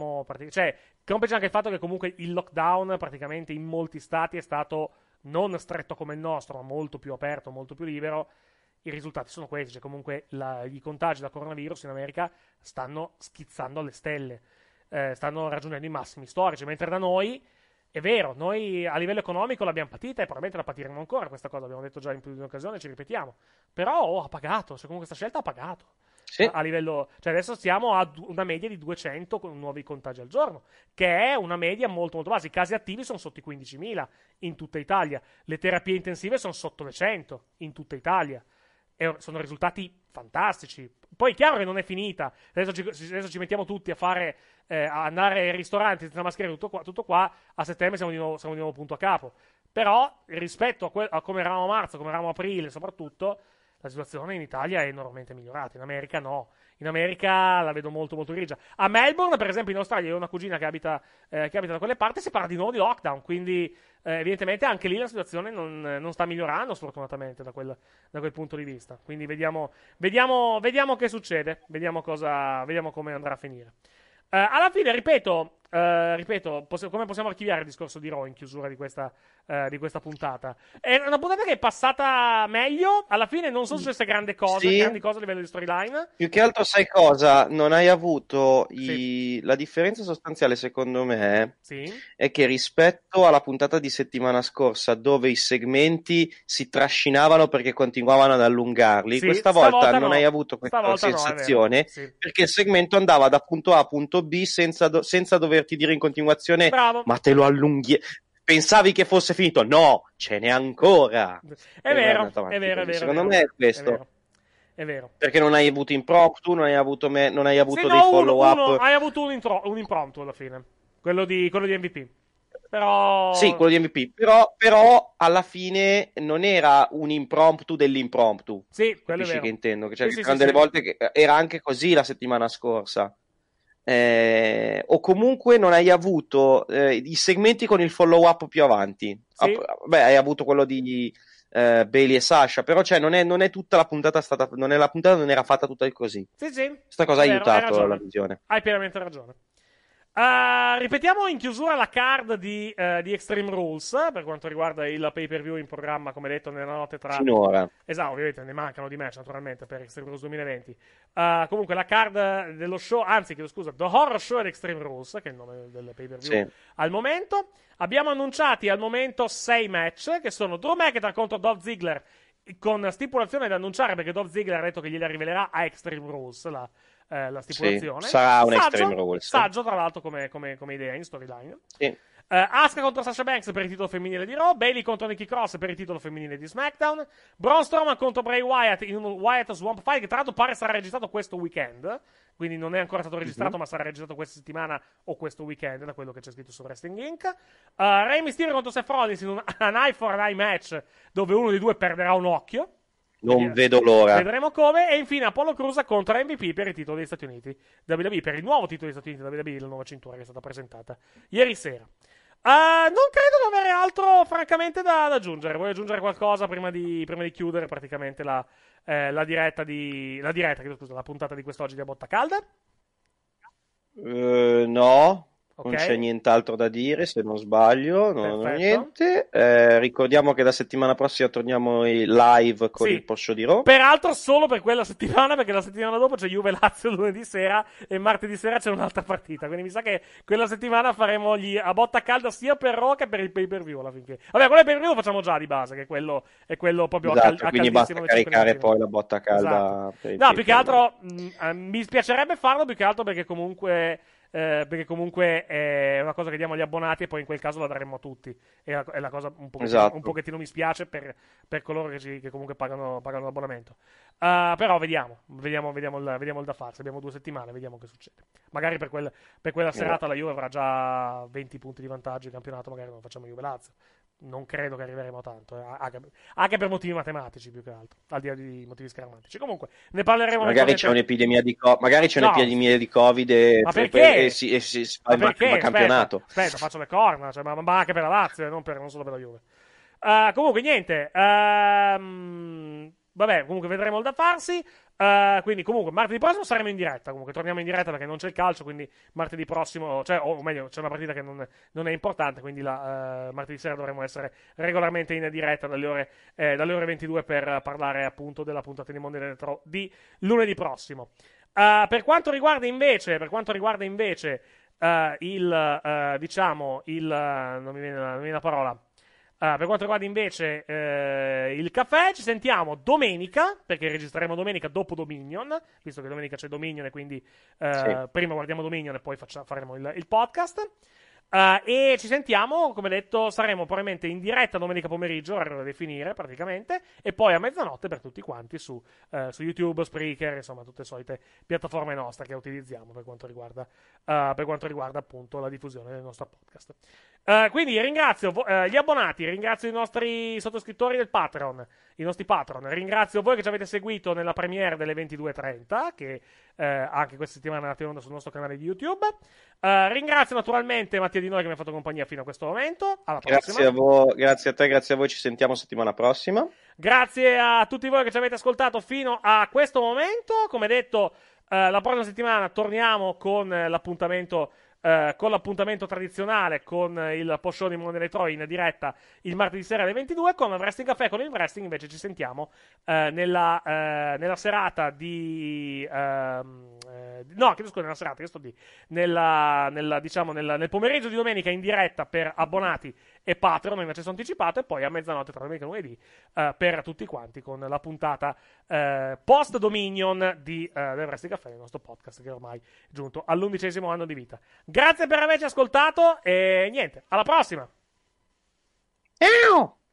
S7: complice anche il fatto che comunque il lockdown praticamente in molti stati è stato non stretto come il nostro, ma molto più aperto, molto più libero. I risultati sono questi, cioè comunque i contagi da coronavirus in America stanno schizzando alle stelle, stanno raggiungendo i massimi storici, mentre da noi, è vero, noi a livello economico l'abbiamo patita e probabilmente la patiremo ancora, questa cosa abbiamo detto già in più di un'occasione, ci ripetiamo, però ha pagato, cioè comunque questa scelta ha pagato. Sì. A livello, cioè adesso siamo a una media di 200 nuovi contagi al giorno, che è una media molto molto bassa. I casi attivi sono sotto i 15.000 in tutta Italia, le terapie intensive sono sotto le 100 in tutta Italia. E sono risultati fantastici. Poi è chiaro che non è finita. Adesso ci mettiamo tutti a andare ai ristoranti senza mascherine, tutto qua. A settembre siamo di nuovo punto a capo. Però rispetto a come eravamo a marzo, come eravamo a aprile, soprattutto, la situazione in Italia è enormemente migliorata. In America no. In America la vedo molto molto grigia. A Melbourne, per esempio, in Australia, ho una cugina che abita da quelle parti, si parla di nuovo di lockdown, quindi evidentemente anche lì la situazione non sta migliorando, sfortunatamente, da quel punto di vista. Quindi vediamo che succede, vediamo come andrà a finire. Alla fine, ripeto, come possiamo archiviare il discorso di Raw in chiusura di questa puntata? È una puntata che è passata meglio. Alla fine non sono successe grandi cose a livello di storyline.
S8: Più che altro, sai cosa? Non hai avuto la differenza sostanziale, secondo me, è che rispetto alla puntata di settimana scorsa, dove i segmenti si trascinavano perché continuavano ad allungarli, questa volta non hai avuto questa sensazione, perché il segmento andava da punto A a punto B senza doverti dire in continuazione ma te lo allunghi. Pensavi che fosse finito? No, ce n'è ancora.
S7: È vero.
S8: Secondo me è questo.
S7: È vero.
S8: Perché non hai avuto impromptu, non hai avuto dei follow up.
S7: Hai avuto un impromptu alla fine. Quello di MVP. Però...
S8: Sì, quello di MVP. Però alla fine non era un impromptu dell'impromptu.
S7: Sì, quello è vero.
S8: Che intendo. Cioè, delle volte che era anche così la settimana scorsa. O comunque non hai avuto i segmenti con il follow up più avanti. Hai avuto quello di Bailey e Sasha, però cioè non è tutta la puntata la puntata non era fatta tutta così.
S7: Sì.
S8: Questa cosa ha aiutato la visione.
S7: Hai pienamente ragione. Ripetiamo in chiusura la card di Extreme Rules per quanto riguarda il pay-per-view in programma, come detto, nella notte tra...
S8: Finora.
S7: Esatto, ovviamente ne mancano di match naturalmente per Extreme Rules 2020. Comunque la card dello show, anzi chiedo scusa, The Horror Show ed Extreme Rules, che è il nome del pay-per-view al momento. Abbiamo annunciati al momento 6 match, che sono Drew McIntyre contro Dolph Ziggler, con stipulazione da annunciare perché Dolph Ziggler ha detto che gliela rivelerà a Extreme Rules la stipulazione.
S8: Sì, sarà un Extreme Rules.
S7: Saggio, tra l'altro, come idea in storyline.
S8: Sì.
S7: Asuka contro Sasha Banks per il titolo femminile di Raw, Bayley contro Nikki Cross per il titolo femminile di SmackDown, Braun Strowman contro Bray Wyatt in un Wyatt Swamp Fight che tra l'altro pare sarà registrato questo weekend, quindi non è ancora stato registrato ma sarà registrato questa settimana o questo weekend, da quello che c'è scritto su Wrestling Inc. Rey Mysterio contro Seth Rollins in un eye for an eye match dove uno dei due perderà un occhio.
S8: Non vedo l'ora.
S7: Vedremo come. E infine Apollo Crews contro MVP per il titolo degli Stati Uniti WWE, per il nuovo titolo degli Stati Uniti WWE, la nuova cintura che è stata presentata ieri sera. Non credo di avere altro francamente da aggiungere. Vuoi aggiungere qualcosa prima di chiudere praticamente la puntata di quest'oggi di A Botta Calda?
S8: No.
S7: Okay.
S8: Non c'è nient'altro da dire, se non sbaglio, non ho niente. Ricordiamo che la settimana prossima torniamo live con il post show di Raw.
S7: Peraltro solo per quella settimana, perché la settimana dopo c'è Juve Lazio lunedì sera e martedì sera c'è un'altra partita. Quindi mi sa che quella settimana faremo gli A Botta Calda sia per Raw che per il pay-per-view alla finché. Vabbè, quello del pay-per-view lo facciamo già di base, che è quello proprio
S8: esatto, quindi basta caricare poi la botta calda.
S7: Esatto. No, più che altro mi spiacerebbe farlo, più che altro perché comunque è una cosa che diamo agli abbonati e poi in quel caso la daremmo a tutti. È la cosa un pochettino mi spiace per coloro che comunque pagano l'abbonamento. Però vediamo il da farsi. Abbiamo 2 settimane, vediamo che succede. Magari per quella serata la Juve avrà già 20 punti di vantaggio in campionato, magari non facciamo Juve Lazio. Non credo che arriveremo a tanto, anche per motivi matematici più che altro, al di là di motivi scaramantici. Comunque ne parleremo.
S8: Magari c'è un'epidemia di Covid e si fa il campionato.
S7: Aspetta, faccio le corna, ma anche per la Lazio, non solo per la Juve. Comunque niente, vabbè, comunque vedremo il da farsi. Quindi comunque martedì prossimo saremo in diretta. Comunque torniamo in diretta perché non c'è il calcio, quindi martedì prossimo, o meglio, c'è una partita che non è importante, quindi martedì sera dovremo essere regolarmente in diretta dalle ore 22 per parlare appunto della puntata di Monday Night Raw di lunedì prossimo. Per quanto riguarda invece non mi viene la parola. Per quanto riguarda invece il caffè, ci sentiamo domenica, perché registreremo domenica dopo Dominion, visto che domenica c'è Dominion e quindi prima guardiamo Dominion e poi faremo il podcast. E ci sentiamo, come detto, saremo probabilmente in diretta domenica pomeriggio, orario da definire praticamente, e poi a mezzanotte per tutti quanti su YouTube, Spreaker, insomma tutte le solite piattaforme nostre che utilizziamo per quanto riguarda appunto la diffusione del nostro podcast. Quindi ringrazio gli abbonati, ringrazio i nostri sottoscrittori del Patreon, i nostri patron, ringrazio voi che ci avete seguito nella premiere delle 22:30 che anche questa settimana è andata in onda sul nostro canale di YouTube. Ringrazio naturalmente Mattia Di Noi che mi ha fatto compagnia fino a questo momento. Alla prossima.
S8: Grazie a te, grazie a voi, ci sentiamo settimana prossima.
S7: Grazie a tutti voi che ci avete ascoltato fino a questo momento. Come detto, la prossima settimana torniamo con l'appuntamento tradizionale, con il post show di Monday Night Raw in diretta il martedì sera alle 22, con il Wrestling Café. Con il Wrestling invece ci sentiamo nella serata di nel pomeriggio di domenica in diretta per abbonati e Patreon in accesso anticipato, e poi a mezzanotte tra domenica e lunedì per tutti quanti con la puntata post Dominion del Wrestling Café, il nostro podcast che ormai è giunto all'11° anno di vita. Grazie per averci ascoltato e niente, alla prossima!
S8: Ciao!